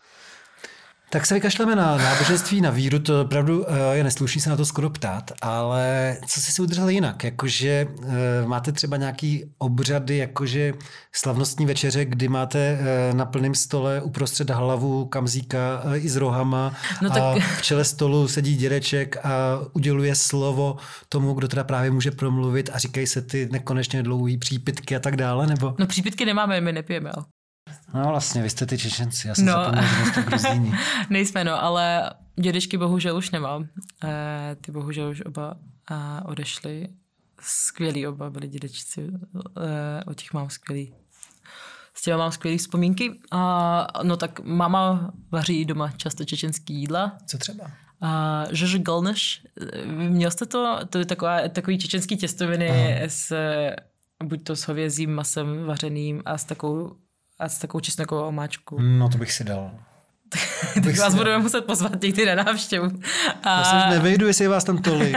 Tak se vykašleme na náboženství, na víru, to opravdu je neslušný se na to skoro ptát, ale co jsi si udržel jinak? Jakože máte třeba nějaký obřady, jakože slavnostní večeře, kdy máte na plném stole uprostřed hlavu kamzíka i s rohama a v čele stolu sedí dědeček a uděluje slovo tomu, kdo teda právě může promluvit a říkají se ty nekonečně dlouhý přípitky a tak dále, nebo? No přípitky nemáme, my nepijeme. No vlastně, vy jste ty Čečenci, já jsem zapomněl, že jste Gruzíni. Nejsme, no, ale dědečky bohužel už nemám. Ty bohužel už oba odešli. Skvělí oba byli dědečci, o těch mám skvělý. S těma mám skvělý vzpomínky. No tak máma vaří doma často čečenský jídla. Co třeba? Žož galneš. Měl jste to? To je takový čečenský těstoviny buď to s hovězím masem vařeným a s takovou česnekovou omáčkou. No to bych si dal. Tak vás budeme muset pozvat někdy na návštěvu. Já se už nevejdu, jestli je vás tam tolik.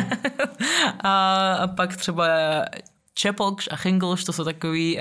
A pak třeba čepolkš a chinglš, to jsou takový,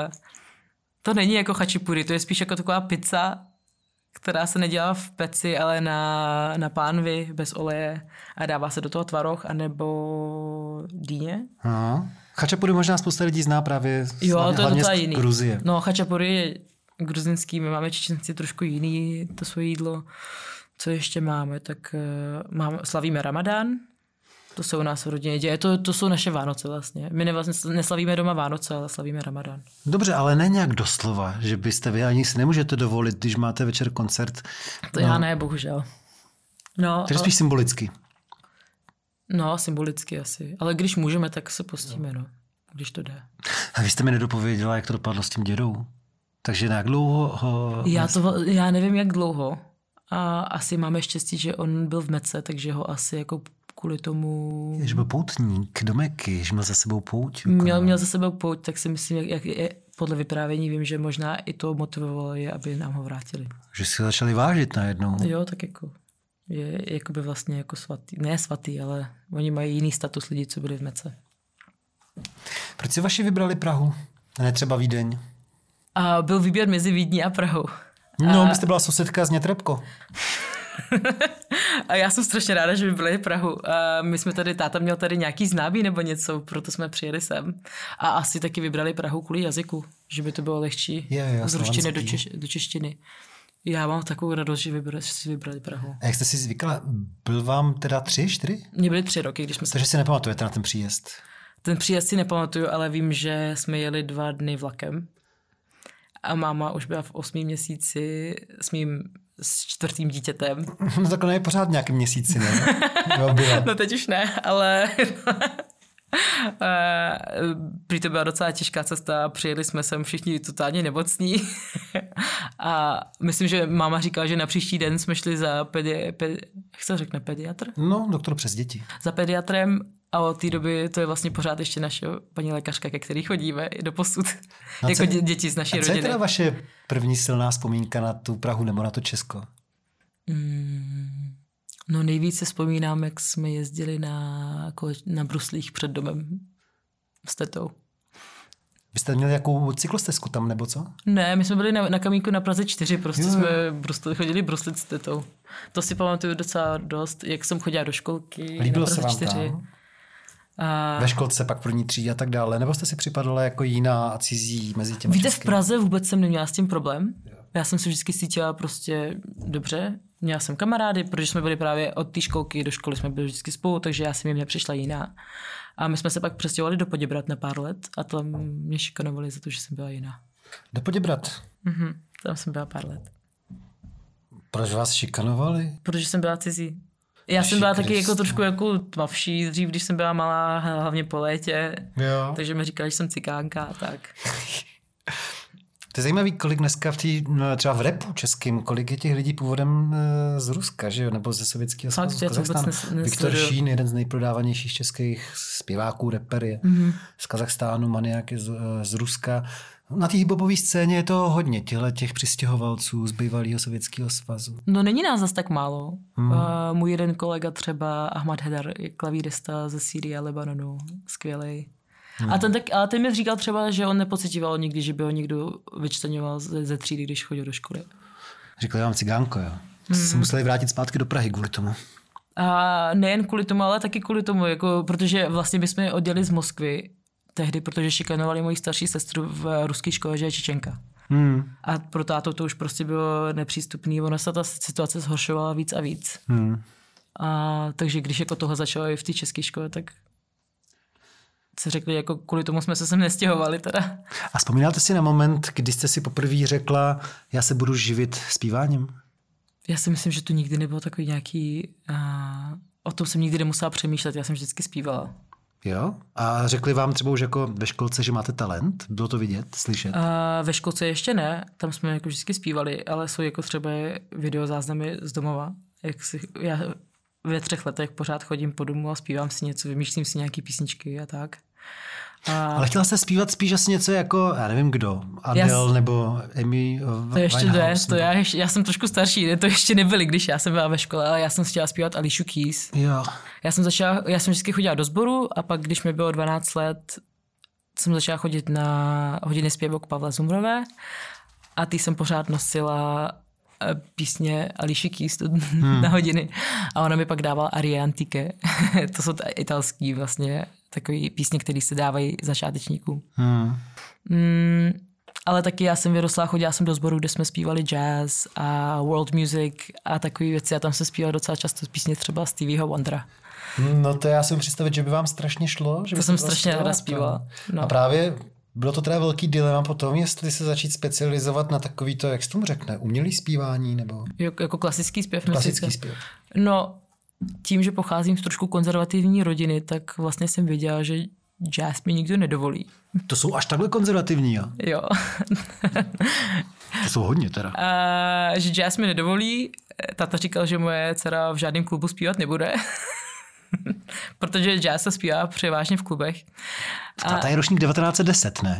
to není jako chačipuri, to je spíš jako taková pizza, která se nedělá v peci, ale na pánvi bez oleje a dává se do toho tvaroh anebo dýně. Chačapuri možná spousta lidí zná právě hlavně z Gruzie. No chačapuri je gruzinský, my máme Čečenci trošku jiný to svoje jídlo. Co ještě máme? Tak slavíme Ramadán, to se u nás v rodině děje, to jsou naše Vánoce vlastně. My neslavíme doma Vánoce, ale slavíme Ramadán. Dobře, ale ne nějak doslova, že byste vy ani si nemůžete dovolit, když máte večer koncert. To já ne, bohužel. No, takže spíš symbolicky. No, symbolicky asi. Ale když můžeme, tak se postíme, no. Když to jde. A vy jste mi nedopověděla, jak to dopadlo s tím dědou. Takže jak dlouho Já nevím, jak dlouho. A asi máme štěstí, že on byl v Mece, takže ho asi jako kvůli tomu... Že byl poutník do Meky, že měl za sebou pouť. Měl za sebou pouť, tak si myslím, jak podle vyprávění vím, že možná i to motivovalo je, aby nám ho vrátili. Že si ho začali vážit najednou. Jo, tak jako... Je jakoby vlastně jako svatý. Ne svatý, ale oni mají jiný status lidí, co byli v Mece. Proč si vaši vybrali Prahu? A ne třeba Vídeň? A byl výběr mezi Vídní a Prahou. No, byste byla sousedka z Nětrebko. A já jsem strašně ráda, že vybrali Prahu. A my jsme tady, táta měl tady nějaký známý nebo něco, proto jsme přijeli sem. A asi taky vybrali Prahu kvůli jazyku, že by to bylo lehčí z ruštiny do češtiny. Já mám takovou radost, že si vybrali Prahu. A jak jste si zvykala? Byl vám teda 3, 4? Mně byly 3 roky, když jsme Takže si nepamatujete na ten příjezd? Ten příjezd si nepamatuju, ale vím, že jsme jeli 2 dny vlakem. A máma už byla v 8. měsíci s 4. dítětem. No takhle je pořád nějaký měsíci, ne? No teď už ne, ale prý to byla docela těžká cesta. Přijeli jsme sem všichni totálně nemocní. A myslím, že máma říkala, že na příští den jsme šli za jak se řekne, pediatr? No, doktor přes děti. Za pediatrem. A od té doby to je vlastně pořád ještě naše paní lékařka, ke který chodíme i doposud. No jako děti z naší rodiny. Co je teda vaše první silná vzpomínka na tu Prahu nebo na to Česko? No nejvíc se vzpomínám, jak jsme jezdili na bruslích před domem s tetou. Vy jste měli jakou cyklostezku tam, nebo co? Ne, my jsme byli na Kamínku na Praze 4, prostě jsme chodili bruslit s tetou. To si pamatuju docela dost, jak jsem chodila do školky. Líbilo na Praze se vám 4. tam? Ve školce pak první třídě a tak dále, nebo jste si připadala jako jiná a cizí mezi těmi Víte, českými? v Praze vůbec jsem neměla s tím problém. Já jsem se vždycky cítila prostě dobře. Měla jsem kamarády, protože jsme byli právě od té školky do školy, jsme byli vždycky spolu, takže já jsem jim nepřišla jiná. A my jsme se pak přestěhovali do Poděbrad na pár let a tam mě šikanovali za to, že jsem byla jiná. Do Poděbrad? Tam jsem byla pár let. Proč vás šikanovali? Protože jsem byla cizí. Já jsem byla taky jako trošku jako tmavší dřív, když jsem byla malá, hlavně po létě. Jo. Takže mi říkali, že jsem cikánka a tak. To je zajímavý, kolik dneska třeba v rapu českým, kolik je těch lidí původem z Ruska, že jo, nebo ze Sovětského svazu, z Kazachstánu. Viktor Šín, jeden z nejprodávanějších českých zpěváků, rapper je z Kazachstánu, Maniak je z Ruska. Na té hiphopové scéně je to hodně, těch přistěhovalců z bývalého Sovětského svazu. No není nás zas tak málo. Můj jeden kolega třeba, Ahmad Hedar, je klavírista ze Sýrie a Libanonu, skvělej. A ten mi říkal třeba, že on nepocitoval nikdy, že by ho někdo vyčleňoval ze třídy, když chodil do školy. Říkali vám cigánko, jo? Se museli vrátit zpátky do Prahy kvůli tomu. A nejen kvůli tomu, ale taky kvůli tomu, jako, protože vlastně bychom odjeli z Moskvy tehdy, protože šikanovali moji starší sestru v ruské škole, že je Čečenka. A pro tátu to už prostě bylo nepřístupný. Ona se ta situace zhoršovala víc a víc. A takže když jako toho začalo i v té české škole, tak se řekli, jako kvůli tomu jsme se sem nestěhovali teda. A vzpomínáte si na moment, kdy jste si poprvé řekla, já se budu živit zpíváním? Já si myslím, že to nikdy nebylo takový nějaký... o tom jsem nikdy nemusela přemýšlet, já jsem vždycky zpívala. Jo? A řekli vám třeba už jako ve školce, že máte talent? Bylo to vidět, slyšet? Ve školce ještě ne, tam jsme jako vždycky zpívali, ale jsou jako třeba videozáznamy z domova. Já ve 3 letech pořád chodím po domu a zpívám si něco, vymýšlím si nějaký písničky a tak. Ale chtěla jste zpívat spíš asi něco jako, já nevím kdo, Adele nebo Amy To ještě já jsem trošku starší, to ještě nebyly, když já jsem byla ve škole, ale já jsem chtěla zpívat Alicia Keys. Jo. Já jsem vždycky chodila do sboru a pak, když mi bylo 12 let, jsem začala chodit na hodiny zpěvok Pavla Zumrové a ty jsem pořád nosila písně Alicia Keys na hodiny. A ona mi pak dávala arie antiche. To jsou italský vlastně takový písně, které se dávají začátečníkům. Ale taky já jsem vyrostla, chodila jsem do sboru, kde jsme zpívali jazz a world music a takové věci. A tam se zpívala docela často písně třeba Stevieho Wondera. No to já si představit, že by vám strašně šlo. Že to jsem strašně ráda zpívala. No. A právě bylo to teda velký dilema potom, jestli se začít specializovat na takový to, jak se tomu řekne, umělý zpívání nebo... Jako klasický zpěv. Klasický zpěv. No, tím, že pocházím z trošku konzervativní rodiny, tak vlastně jsem věděla, že jazz mi nikdo nedovolí. To jsou až takhle konzervativní, jo? Jo. To jsou hodně teda. Že jazz mi nedovolí. Tata říkal, že moje dcera v žádném klubu zpívat nebude. Protože jazz se zpívá převážně v klubech. Tata je ročník 1910, ne?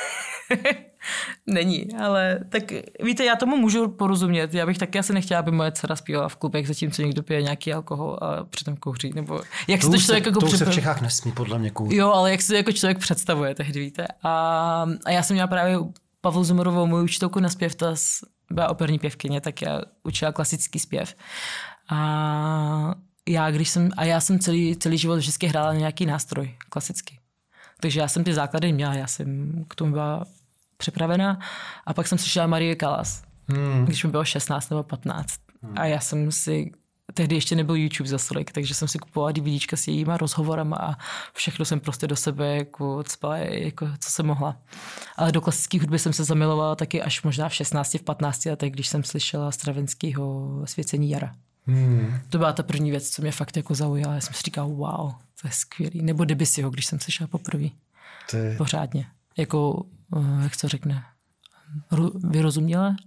Není, ale tak víte, já tomu můžu porozumět. Já bych taky asi nechtěla, aby moje dcera zpívala v klubech, zatímco někdo pije nějaký alkohol a přitom kouří. Nebo jak to se to se v Čechách nesmí, podle mě kouřit. Jo, ale jak se to jako člověk představuje tehdy, víte. A já jsem měla právě Pavlu Zumrovou, moji učitelku na zpěv, ta byla operní pěvkyně, tak já učila klasický zpěv. A já jsem celý život vždycky hrála na nějaký nástroj, klasicky. Takže já jsem ty základy měla, já jsem k tomu byla připravená. A pak jsem slyšela Marie Callas. když mi bylo 16 nebo 15. A já jsem si, tehdy ještě nebyl YouTube za tolik, takže jsem si kupovala DVDčka s jejíma rozhovorama a všechno jsem prostě do sebe jako cpala, jako co jsem mohla. Ale do klasické hudby jsem se zamilovala taky až možná v 16, v 15 letech, když jsem slyšela Stravinskýho Svěcení jara. To byla ta první věc, co mě fakt jako zaujala. Já jsem si říkala, wow, to je skvělý. Nebo Debussyho, když jsem slyšela poprvé. Pořádně. Jako, jak to řekne, vyrozuměle.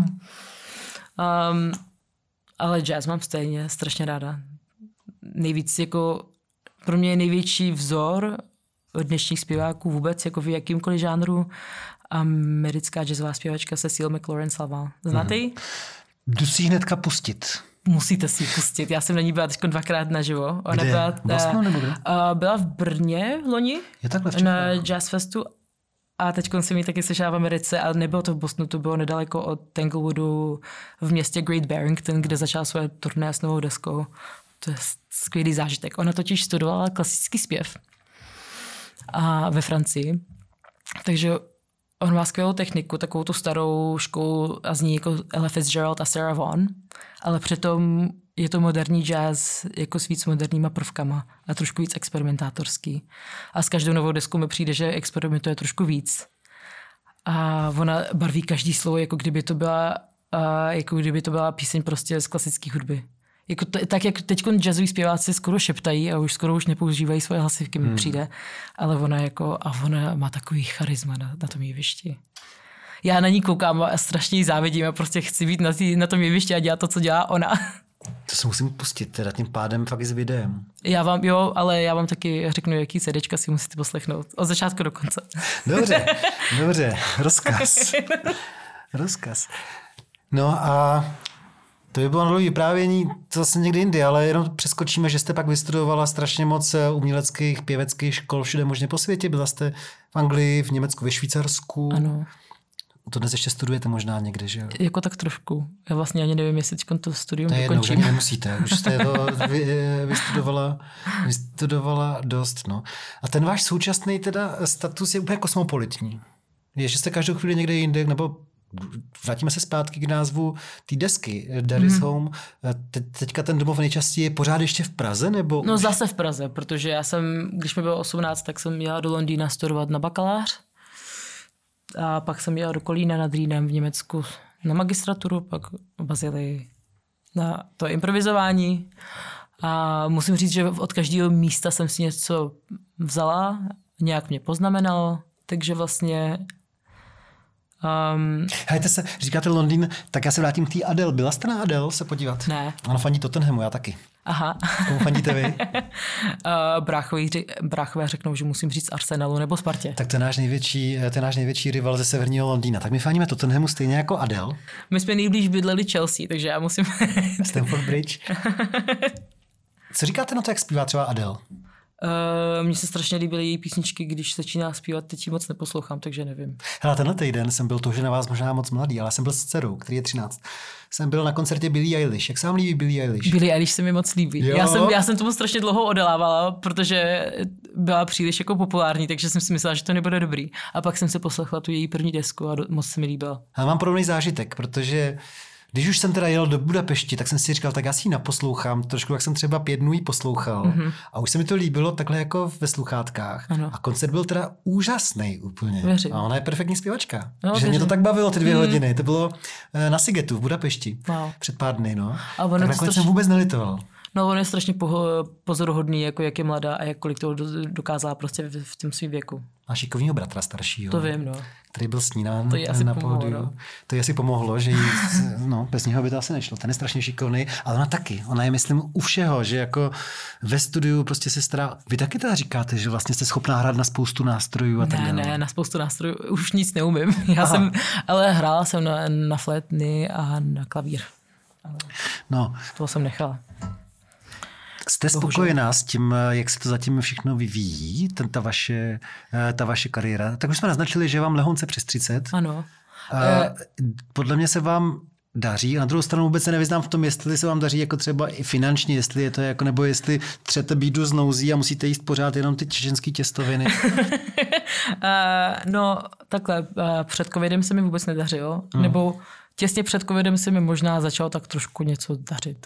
Ale jazz mám stejně strašně ráda. Nejvíc jako, pro mě je největší vzor od dnešních zpěváků vůbec, jako v jakýmkoliv žánru, americká jazzová zpěvačka Cecile McLaurin-Salvant. Znáte ji? Jdu si ji hnedka pustit. Musíte si ji pustit. Já jsem na ní byla teď 2krát naživo. Ona kde? Byla, Bosnu nebo kde? Byla v Brně loni. Je takhle na Jazz Festu. A teď jsem ji taky slyšela v Americe, ale nebylo to v Bostonu, to bylo nedaleko od Tanglewoodu v městě Great Barrington, kde začala svoje turné s novou deskou. To je skvělý zážitek. Ona totiž studovala klasický zpěv ve Francii. Takže on má skvělou techniku, takovou tu starou školu a zní jako Ella Fitzgerald a Sarah Vaughan, ale přitom je to moderní jazz jako s víc moderníma prvkama a trošku víc experimentátorský. A s každou novou deskou mi přijde, že experimentuje trošku víc. A ona barví každý slovo, jako kdyby to byla píseň prostě z klasické hudby. Jako tak, jak teď jazzoví zpěváci skoro šeptají a skoro už nepoužívají svoje hlasivky, mi přijde. Ale ona má takový charisma na tom jevišti. Já na ní koukám a strašně jí závidím a prostě chci být na tom jevišti a dělat to, co dělá ona. To se musím pustit, teda tím pádem fakt i s videem. Ale já vám taky řeknu, jaký CDčka si musíte poslechnout. Od začátku do konce. Dobře, rozkaz. No a to by bylo na dlouhé vyprávění, to zase někdy jindy, ale jenom přeskočíme, že jste pak vystudovala strašně moc uměleckých, pěveckých škol všude možně po světě. Byla jste v Anglii, v Německu, ve Švýcarsku. Ano. To dnes ještě studujete možná někde, že jo? Jako tak trošku. Já vlastně ani nevím, jestli to studium dokončím. To je nemusíte. Už jste to vystudovala dost. No. A ten váš současný teda status je úplně kosmopolitní. Je, že jste každou chvíli někde jinde, nebo vrátíme se zpátky k názvu té desky There is Home. Teďka ten domov nejčastěji je pořád ještě v Praze? Nebo no zase v Praze, protože já jsem, když mi bylo 18, tak jsem jela do Londýna studovat na bakalář. A pak jsem jela do Kolína nad Rýnem v Německu na magistraturu, pak v Bazilii na to improvizování. A musím říct, že od každého místa jsem si něco vzala, nějak mě poznamenalo, takže vlastně Hejte se, říkáte Londýn, tak já se vrátím k té Adele. Byla jste na Adele se podívat? Ne. Ona fandí Tottenhamu, já taky. Aha. Komu fandíte vy? Bráchové řeknou, že musím říct Arsenalu nebo Spartě. Tak to je náš největší rival ze severního Londýna. Tak my fandíme Tottenhamu stejně jako Adele. My jsme nejblíž bydleli Chelsea, takže já musím... Stamford Bridge. Co říkáte na to, jak zpívá třeba Adele? Mně se strašně líbily její písničky, když začíná zpívat, teď ji moc neposlouchám, takže nevím. Hele, tenhle týden jsem byl to, že na vás možná moc mladý, ale já jsem byl s dcerou, který je 13. Jsem byl na koncertě Billie Eilish. Jak se vám líbí Billie Eilish? Billie Eilish se mi moc líbí. Já jsem tomu strašně dlouho odelávala, protože byla příliš jako populární, takže jsem si myslela, že to nebude dobrý. A pak jsem se poslechla tu její první desku a moc se mi líbila. Já mám podobný zážitek, protože když už jsem teda jel do Budapešti, tak jsem si říkal, tak já si ji naposlouchám, trošku jak jsem třeba 5 dnů ji poslouchal. A už se mi to líbilo takhle jako ve sluchátkách. Ano. A koncert byl teda úžasný úplně. Věřím. A ona je perfektní zpěvačka. No, že mě to tak bavilo ty 2 hodiny. To bylo na Sigetu v Budapešti před pár dny. No. A tak nakonec jsem vůbec nelitoval. No, on je strašně pozoruhodný, jako jak je mladá a jak kolik toho dokázala prostě v tom svým věku. Má šikovního bratra staršího. To vím, no. Který byl s ní na pódiu. No. To jí asi pomohlo, že bez něho by to asi nešlo. Ten je strašně šikovný, ale ona taky. Ona je, myslím, u všeho, že jako ve studiu prostě se stará. Vy taky teda říkáte, že vlastně jste schopná hrát na spoustu nástrojů a tak dále. Ne, na spoustu nástrojů už nic neumím. Ale hrála jsem na flétny a na klavír. No. To jsem nechala. Jste spokojená s tím, jak se to zatím všechno vyvíjí, ta vaše kariéra? Tak už jsme naznačili, že vám lehonce přes 30. Ano. Podle mě se vám daří. A na druhou stranu vůbec se nevyznám v tom, jestli se vám daří jako třeba i finančně, jestli je to jako, nebo jestli třete bídu z nouzí a musíte jíst pořád jenom ty čečenský těstoviny. No takhle, před covidem se mi vůbec nedařilo. Nebo těsně před covidem se mi možná začalo tak trošku něco dařit.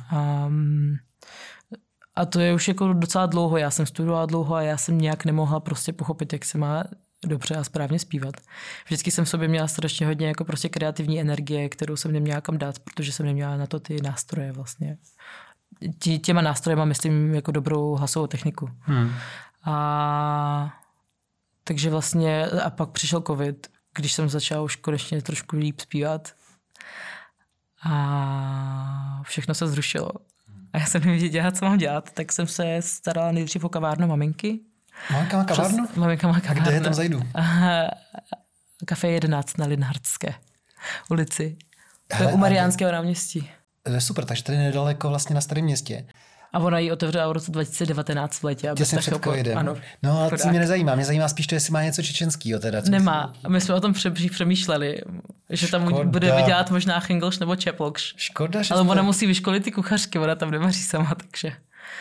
A to je už jako docela dlouho. Já jsem studovala dlouho a já jsem nějak nemohla prostě pochopit, jak se má dobře a správně zpívat. Vždycky jsem v sobě měla strašně hodně jako prostě kreativní energie, kterou jsem neměla kam dát, protože jsem neměla na to ty nástroje vlastně. Těma nástrojema myslím jako dobrou hlasovou techniku. Takže vlastně a pak přišel covid, když jsem začala už konečně trošku líp zpívat a všechno se zrušilo. A já jsem nevěděla, co mám dělat, tak jsem se starala nejdřív o kavárnu maminky. Maminka má kavárnu? Maminka má kavárnu. A kde je tam zajdu? Café 11 na Linhardské ulici. To je u Mariánského náměstí. To je super, takže tady nedaleko vlastně na Starém Městě. A ona ji otevřela v roce 2019 v létě. Těsně před covidem. Ano. No a to mě nezajímá. Mě zajímá spíš to, jestli má něco čečenského teda. Nemá. My jsme o tom přemýšleli, že tam bude dělat možná chinglš nebo čeplokš. Škoda, že ale ona musí vyškolit ty kuchařky, ona tam nevaří sama, takže...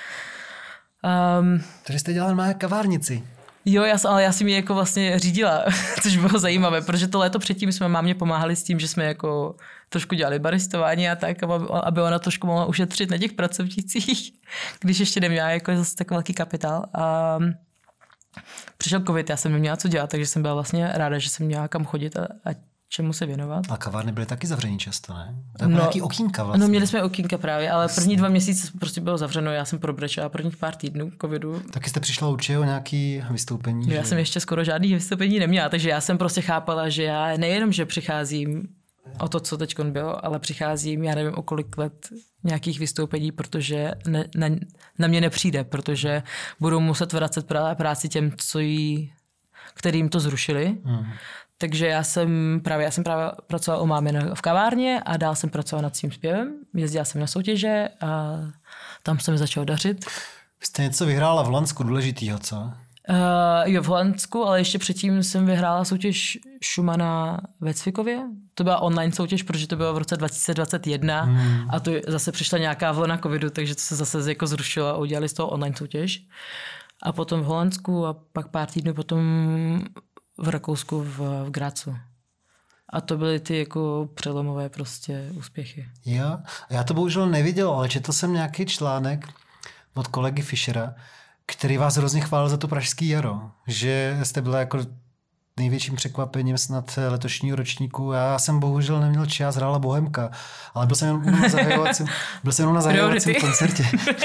Takže jste dělala má kavárnici. Jo, ale já jsem ji jako vlastně řídila, což bylo zajímavé, protože to léto předtím jsme mámě pomáhali s tím, že jsme jako trošku dělali baristování a tak, aby ona trošku mohla ušetřit na těch pracovnících, když ještě neměla jako zase tak velký kapitál. A přišel covid, já jsem neměla co dělat, takže jsem byla vlastně ráda, že jsem měla kam chodit a čemu se věnovat. A kavárny byly taky zavřený často, ne? To bylo nějaký okýnka vlastně. No, měli jsme okýnka právě, ale první 2 měsíce prostě bylo zavřeno, já jsem probrečela prvních pár týdnů covidu. Taky jste přišla určitě o nějaký vystoupení? Já jsem ještě skoro žádný vystoupení neměla, takže já jsem prostě chápala, že já nejenom, že přicházím o to, co teďkon bylo, ale přicházím, já nevím o kolik let nějakých vystoupení, protože na mě nepřijde, protože budou muset vracet práci těm, kterým to zrušili. Takže já jsem právě pracovala u mámy v kavárně a dál jsem pracovala nad svým zpěvem. Jezdila jsem na soutěže a tam se mi začalo dařit. Vy jste něco vyhrála v Holandsku důležitýho, co? Jo, v Holandsku, ale ještě předtím jsem vyhrála soutěž Schumana ve Cvikově. To byla online soutěž, protože to bylo v roce 2021 a to zase přišla nějaká vlna covidu, takže to se zase jako zrušilo a udělali z toho online soutěž. A potom v Holandsku a pak pár týdnů potom v Rakousku v Grazu. A to byly ty jako přelomové prostě úspěchy. Jo, já to bohužel neviděl, ale četl jsem nějaký článek od kolegy Fischera, který vás hrozně chválil za to pražský jaro. Že jste byla jako největším překvapením snad letošního ročníku. Já jsem bohužel neměl čas, hrála Bohemka, ale byl jsem jenom na zahajovacím koncertě.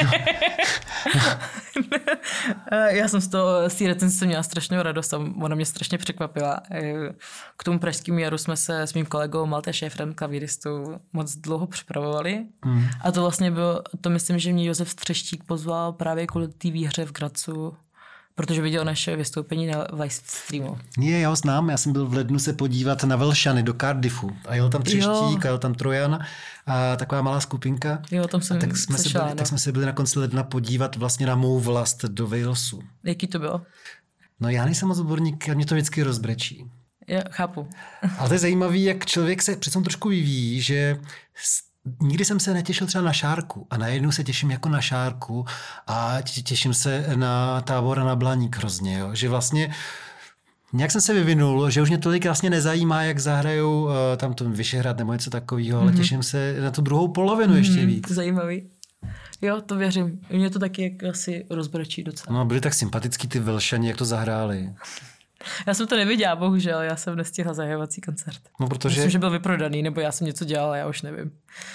Já jsem z té recenze měla strašnou radost a ona mě strašně překvapila. K tomu pražskému jaru jsme se s mým kolegou Malte Šéfrem, klavíristou, moc dlouho připravovali. A to vlastně bylo, to myslím, že mě Josef Střeštík pozval právě kvůli té výhře v Grazu, protože viděl naše vystoupení na live streamu. Já ho znám, já jsem byl v lednu se podívat na Velšany do Cardiffu a jel tam Třeštík a jel tam Trojan a taková malá skupinka. Jo, tam jsem tak jsme se byli na konci ledna podívat vlastně na mou vlast do Walesu. Jaký to bylo? No já nejsem moc odborník, mě to vždycky rozbrečí. Já chápu. Ale to je zajímavé, jak člověk se přece trošku vyvíjí, že nikdy jsem se netěšil třeba na šárku a najednou se těším jako na šárku a těším se na Tábor a na Blaník hrozně, jo? Že vlastně nějak jsem se vyvinul, že už mě tolik vlastně nezajímá, jak zahrajou tam to Vyšehrad nebo něco takového, ale těším se na tu druhou polovinu ještě víc. To zajímavý. Jo, to věřím. Mě to taky asi rozbrečí docela. No, byli tak sympatický ty Velšani, jak to zahráli. Já jsem to neviděla, bohužel, já jsem nestihla zahajovací koncert. No, protože... Myslím, že byl vyprodaný, nebo já jsem něco dělala, já už nevím.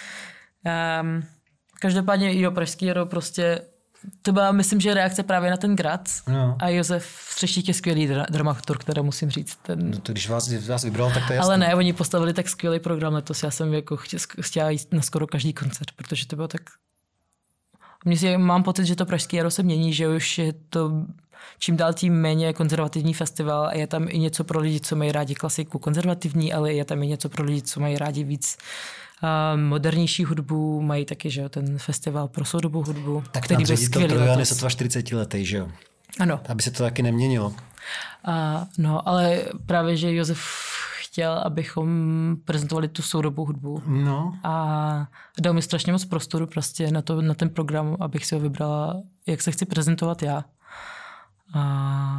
Každopádně jo, pražský jaro prostě, to byla, myslím, že reakce právě na ten Graz. No. A Josef Střeštík je skvělý dramaturg, teda musím říct. No to když vás vybral, tak to je jasné. Ale ne, oni postavili tak skvělý program letos, já jsem jako chtěla jít na skoro každý koncert, protože to bylo tak... Mám pocit, že to pražský jaro se mění, že už je to čím dál tím méně konzervativní festival a je tam i něco pro lidi, co mají rádi klasiku konzervativní, ale je tam i něco pro lidi, co mají rádi víc modernější hudbu, mají taky, že jo, ten festival pro soudobou hudbu, tak který byl skvělý letos. Trojan je sotva 40 letý, že jo? Ano. Aby se to taky neměnilo. No, ale právě, že Josef chtěl, abychom prezentovali tu soudobou hudbu. No. A dal mi strašně moc prostoru prostě na ten program, abych si ho vybrala, jak se chci prezentovat já. A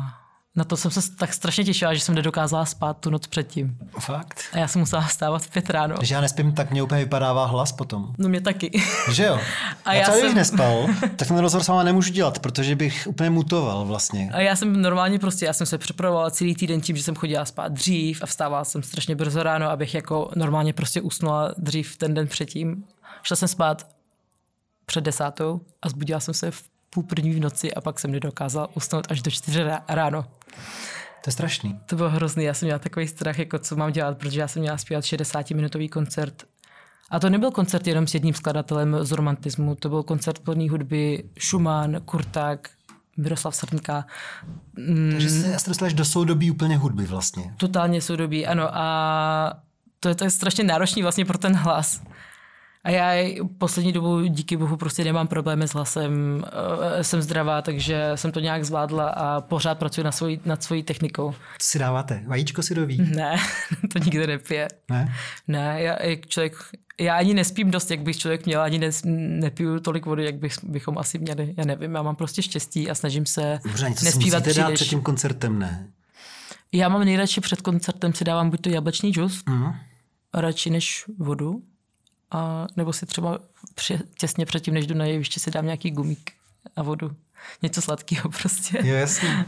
Na to jsem se tak strašně těšila, že jsem nedokázala spát tu noc předtím. Fakt? A já jsem musela vstávat v 5 ráno. Když já nespím, tak mě úplně vypadává hlas potom. No mě taky. Že jo? A já třeba jsem... bych nespal, tak ten rozhovor s váma nemůžu dělat, protože bych úplně mutoval vlastně. A já jsem normálně prostě, já jsem se připravovala celý týden tím, že jsem chodila spát dřív a vstávala jsem strašně brzo ráno, abych jako normálně prostě usnula dřív ten den předtím. Šla jsem spát před 10 a zbudila jsem se v 2:30 v noci a pak jsem nedokázala usnout až do 4 ráno. To je strašný. To bylo hrozný, já jsem měla takový strach, jako co mám dělat, protože já jsem měla zpívat 60-minutový koncert. A to nebyl koncert jenom s jedním skladatelem z romantismu, to byl koncert plný hudby Schumann, Kurták, Miroslav Srnka. Takže jste dostala do soudobí úplně hudby vlastně. Totálně soudobí, ano. A to je strašně náročný vlastně pro ten hlas. A já poslední dobu díky bohu prostě nemám problémy s hlasem, jsem zdravá, takže jsem to nějak zvládla a pořád pracuji nad svojí technikou. Co si dáváte? Vajíčko syrový? Ne, to nikdo nepije. Ne? Ne, já ani nespím dost, jak bych člověk měl, ani nepiju tolik vody, jak bychom asi měli. Já nevím, já mám prostě štěstí a snažím se nespívat příliš. Dát před tím koncertem, ne? Já mám nejradši před koncertem si dávám buď to jablečný džus, radši než vodu, a nebo si třeba těsně předtím, než jdu na jeviště, si dám nějaký gumík a vodu. Něco sladkého prostě. Jo, jasně.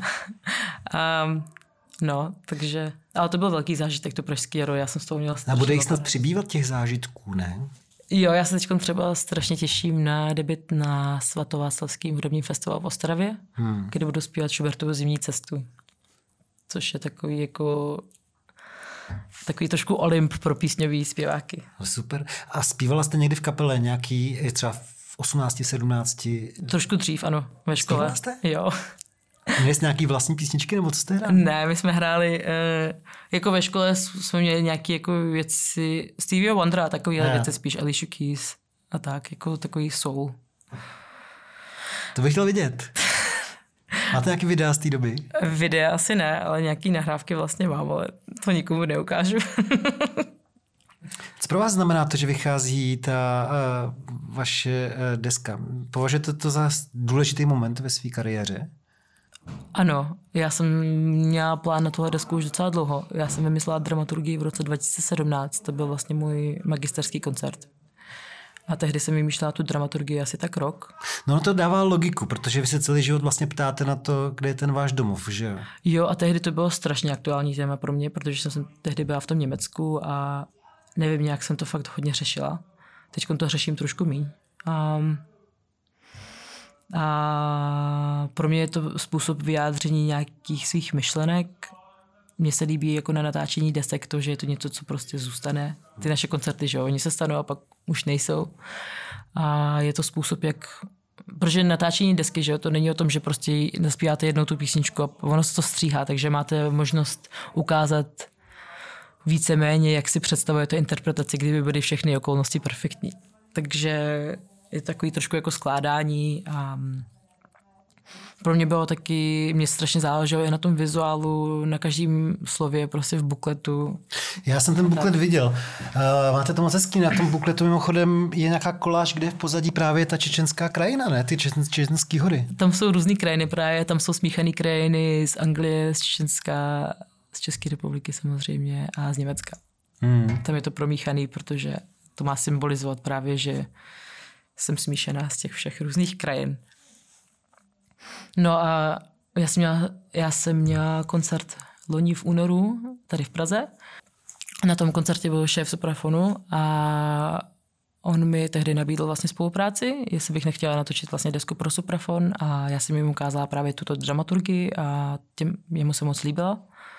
No, takže... Ale to byl velký zážitek, to pražský jaro, já jsem z toho měla strašně... A bude jich snad přibývat těch zážitků, ne? Jo, já se teď třeba strašně těším na debut na Svatováclavském hudebním festivalu v Ostravě, kde budu zpívat Schubertovu Zimní cestu. Což je takový trošku olymp pro písňový zpěváky. Super. A zpívala jste někdy v kapele nějaký, třeba v 18, 17? Trošku dřív, ano, ve škole. Zpívala jste? Jo. Měli jste nějaký vlastní písničky, nebo co jste hráli? Ne, my jsme hráli, jako ve škole jsme měli nějaké jako věci, Stevie Wondera a takovýhle věci, spíš Alicia Keys a tak, jako takový soul. To bych chtěl vidět. Máte nějaký videa z té doby? Videa asi ne, ale nějaký nahrávky vlastně mám, ale to nikomu neukážu. Co pro vás znamená to, že vychází ta vaše deska? Považujete to za důležitý moment ve své kariéře? Ano, já jsem měla plán na tuhle desku už docela dlouho. Já jsem vymyslela dramaturgii v roce 2017, to byl vlastně můj magisterský koncert. A tehdy jsem vymýšlela tu dramaturgii asi tak rok. No to dává logiku, protože vy se celý život vlastně ptáte na to, kde je ten váš domov, že jo? Jo, a tehdy to bylo strašně aktuální téma pro mě, protože jsem tehdy byla v tom Německu a nevím, nějak jsem to fakt hodně řešila. Teď to řeším trošku míň. A pro mě je to způsob vyjádření nějakých svých myšlenek. Mně se líbí jako na natáčení desek to, že je to něco, co prostě zůstane. Ty naše koncerty, že jo, oni se stanou a pak už nejsou. A je to způsob, jak... Protože natáčení desky, že jo, to není o tom, že prostě naspíváte jednou tu písničku a ono se to stříhá, takže máte možnost ukázat víceméně, jak si představujete interpretaci, kdyby byly všechny okolnosti perfektní. Takže je takový trošku jako skládání a pro mě bylo taky, mě strašně záleželo i na tom vizuálu, na každém slově, prostě v bukletu. Já jsem ten buklet viděl. Máte to moc hezký, na tom bukletu mimochodem je nějaká koláž, kde je v pozadí právě ta čečenská krajina, ne? Ty čečenský hory. Tam jsou různý krajiny právě, tam jsou smíchané krajiny z Anglie, z Čečenska, z České republiky samozřejmě a z Německa. Tam je to promíchaný, protože to má symbolizovat právě, že jsem smíšená z těch všech různých krajin. No a já jsem měla koncert loni v únoru tady v Praze. Na tom koncertě byl šéf Suprafonu a on mi tehdy nabídl vlastně spolupráci, jestli bych nechtěla natočit vlastně desku pro Suprafon a já jsem jim ukázala právě tuto dramaturgii a jemu se moc líbila.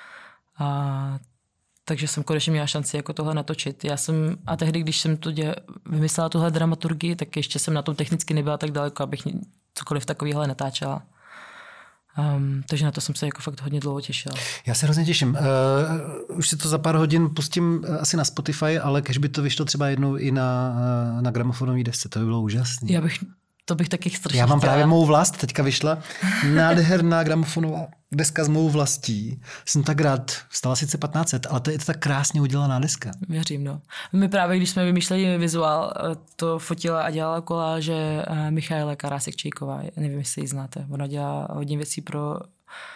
Takže jsem konečně měla šanci jako tohle natočit. A tehdy, když jsem vymyslela tuhle dramaturgii, tak ještě jsem na tom technicky nebyla tak daleko, abych cokoliv takovýhle natáčela. Takže na to jsem se jako fakt hodně dlouho těšila. Já se hrozně těším. Už si to za pár hodin pustím asi na Spotify, ale když by to vyšlo třeba jednou i na gramofonové desce, to by bylo úžasné. To bych taky strašně Já mám právě Mou vlast, teďka vyšla nádherná gramofonová deska s mou vlastí. Jsem tak rád, stala sice 1500, ale to je tak krásně udělaná deska. Věřím, no. My právě, když jsme vymýšleli vizuál, to fotila a dělala koláže Michaela Karásek-Čejková. Nevím, jestli ji znáte. Ona dělá hodně věcí pro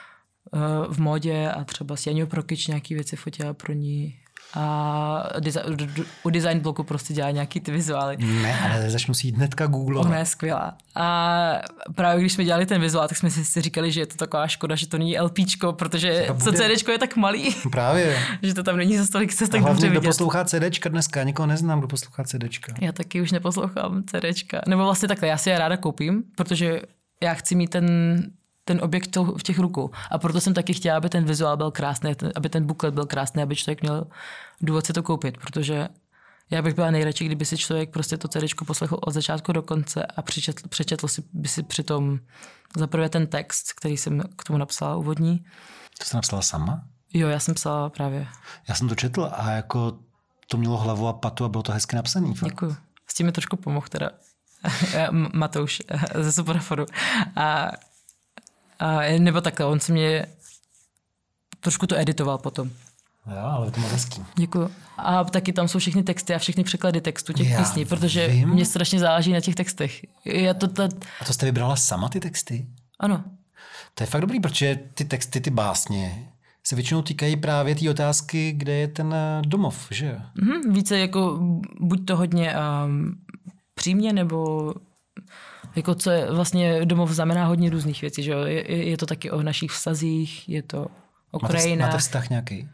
v módě a třeba s Jaňou Prokyč nějaký věci fotila pro ní. A u design bloku prostě dělá nějaký ty vizuály. Ne, ale začnu si jít hnedka googlovat. Ona je skvělá. A právě když jsme dělali ten vizuál, tak jsme si říkali, že je to taková škoda, že to není LPčko, protože to CDčko je tak malý. Právě. Že to tam není za tolik, se tak dobře hlavně, kdo vidět. poslouchá CDčka dneska, nikoho neznám, kdo poslouchá CDčka. Já taky už neposlouchám CDčka. Nebo vlastně takhle, já si je ráda koupím, protože já chci mít ten objekt v těch rukou. A proto jsem taky chtěla, aby ten vizuál byl krásný, aby ten buklet byl krásný, aby člověk měl důvod si to koupit, protože já bych byla nejradši, kdyby si člověk prostě to CDčko poslechl od začátku do konce a přečetl by si přitom zaprvé ten text, který jsem k tomu napsala úvodní. To jsi napsala sama? Jo, já jsem psala právě. Já jsem to četl a jako to mělo hlavu a patu a bylo to hezky napsaný. Fakt. Děkuju. S tím mi trošku pomohl teda Matouš ze Superforu. A nebo takhle, on se mě trošku to editoval potom. Jo, ale to má hezký. Děkuju. A taky tam jsou všechny texty a všechny překlady textů těch písní, protože vím. mě strašně záleží na těch textech. A to jste vybrala sama ty texty? Ano. To je fakt dobrý, protože ty texty, ty básně se většinou týkají právě té otázky, kde je ten domov, že jo? Více jako buď to hodně přímě, nebo jako co je vlastně domov znamená hodně různých věcí, že jo? Je to taky o našich vztazích, je to o krajinách. Máte vztah nějaký?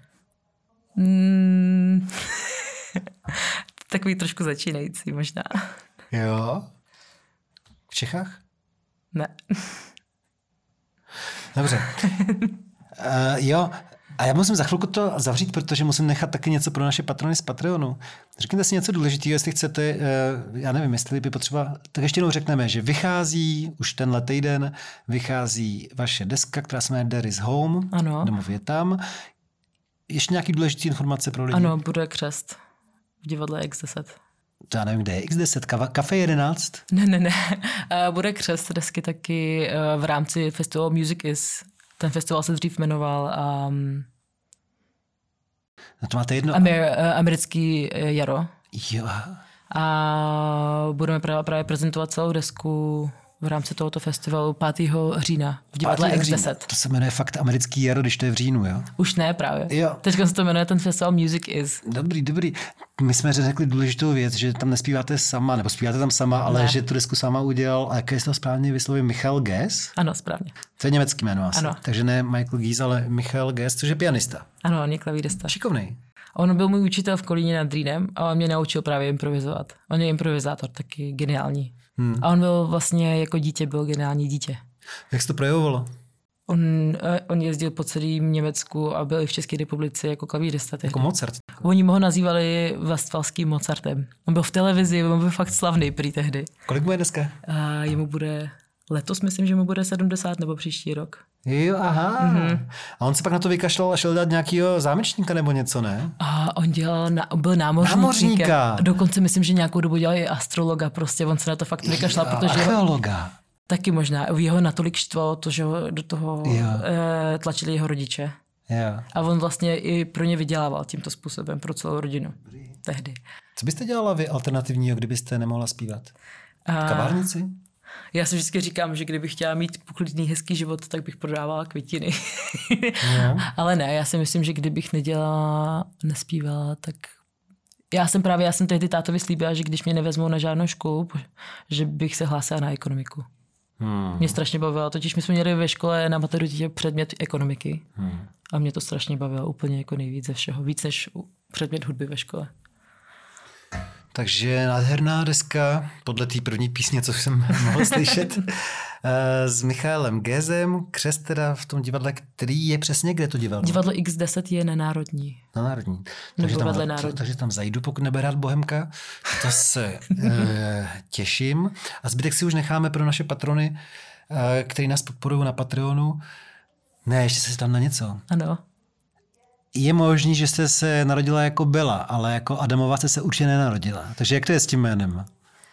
Takový trošku začínající možná. Jo? V Čechách? Ne. Dobře. Jo, a já musím za chvilku to zavřít, protože musím nechat taky něco pro naše patrony z Patreonu. Řekněte si něco důležitého, jestli chcete, já nevím, jestli by potřeba, tak ještě jednou řekneme, že vychází už tenhle týden, vychází vaše deska, která se jmenuje There is Home, Ano. domov je tam. Ještě nějaký důležitý informace pro lidi? Ano, bude křest v divadle X10. To já nevím, kde je X10, Kafe 11? Ne. Bude křest desky taky v rámci festivalu Music Is. Ten festival se dřív jmenoval No to máte jedno. Americký jaro. Jo. A budeme právě prezentovat celou desku v rámci tohoto festivalu 5. října v divadle X10. To se jmenuje fakt americký jaro, když to je v říjnu, jo? Už ne právě. Jo. Teďka se to jmenuje ten festival Music Is. Dobrý. My jsme řekli důležitou věc, že tam nespíváte sama, nebo zpíváte tam sama, ale že tu desku sama udělal, a jaké je to správně vysloví, Michael Gess? Ano, správně. To je německý jméno asi. Ano. Takže ne Michael Gies, ale Michael Gess, což je pianista. Ano, on je klavírista. Šikovnej. On byl můj učitel v Kolíně nad Rýnem a on mě naučil právě improvizovat. On je improvizátor, taky geniální. A on byl vlastně jako dítě, byl geniální dítě. Jak se to projevovalo? On jezdil po celém Německu a byl i v České republice jako klavírista. Jako Mozart. Oni ho nazývali Westfalským Mozartem. On byl v televizi, on byl fakt slavný prý tehdy. Kolik mu je dneska? A jemu bude letos, myslím, že mu bude 70 nebo příští rok. Jo, aha. Mm-hmm. A on se pak na to vykašlal a šel dát nějakýho zámečníka nebo něco, ne? A on byl námořník. Dokonce myslím, že nějakou dobu dělal i astrologa. Prostě on se na to fakt vykašlal, protože archeologa. Taky možná. Jeho natolik štvalo to, že do toho tlačili jeho rodiče. Jo. A on vlastně i pro ně vydělával tímto způsobem, pro celou rodinu. Tehdy. Co byste dělala vy alternativního, kdybyste nemohla zpívat? V kavárnici? Já si vždycky říkám, že kdybych chtěla mít poklidný, hezký život, tak bych prodávala květiny. Ale ne, já si myslím, že kdybych nespívala, tak já jsem tehdy tátovi slíbila, že když mě nevezmou na žádnou školu, že bych se hlásila na ekonomiku. Mě strašně bavilo, totiž my jsme měli ve škole na maturitě předmět ekonomiky a mě to strašně bavilo úplně jako nejvíc ze všeho, víc než předmět hudby ve škole. Takže nádherná deska, podle té první písně, co jsem mohl slyšet, s Michaelem Gessem, křest teda v tom divadle, který je přesně kde to divadlo? Divadlo X10 je na Národní. Na Národní. Takže tam zajdu, pokud nebude rád Bohemka. To se těším. A zbytek si už necháme pro naše patrony, který nás podporují na Patreonu. Ne, ještě se tam na něco. Ano. Je možný, že jste se narodila jako Bela, ale jako Adamová jste se určitě nenarodila. Takže jak to je s tím jménem?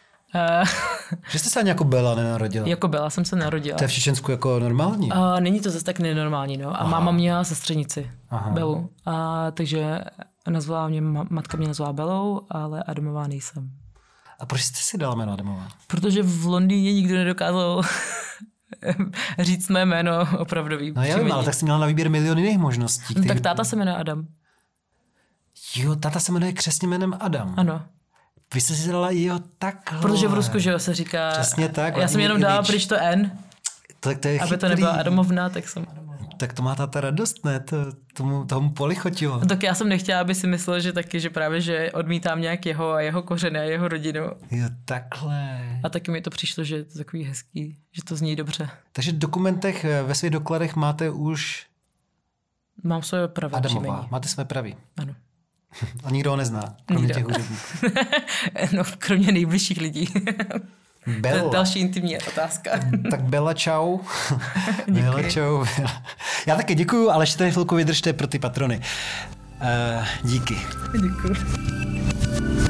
Že jste se ani jako Bela nenarodila? Jako Bela jsem se narodila. To je v Čečensku jako normální? Není to zase tak nenormální, no. A máma měla sestřenici, Belu. Takže matka mě nazvala Belou, ale Adamová nejsem. A proč jste si dala jméno Adamová? Protože v Londýně nikdo nedokázal říct mé jméno opravdový. No já vím, ale tak jsi měla na výběr milion jiných možností. No, tak táta se jmenuje Adam. Jo, táta se jmenuje křestním jménem Adam. Ano. Vy jste si dala, jo, takhle. Protože v Rusku, že jo, se říká... Přesně tak. Já jsem jenom dala pryč to N, tak to je aby chytrý. to nebyla Adamovna, tak jsem... Tak to má táta radost, ne? Tomu polichotilo. No, tak já jsem nechtěla, aby si myslel, že taky, že právě, že odmítám nějak jeho kořeny a jeho rodinu. Jo, takhle. A taky mi to přišlo, že je to takový hezký, že to zní dobře. Takže v dokumentech, ve svých dokladech máte už... Mám svoje pravé Adamová. příjmení. Máte své pravý. Ano. A nikdo ho nezná, kromě Nikdo. těch úředníků. No, kromě nejbližších lidí. Bella. Další intimní otázka. Tak Bella, čau. Bella, čau. Já taky děkuju, ale ještě tady chvilku vydržte pro ty patrony. Díky. Děkuji.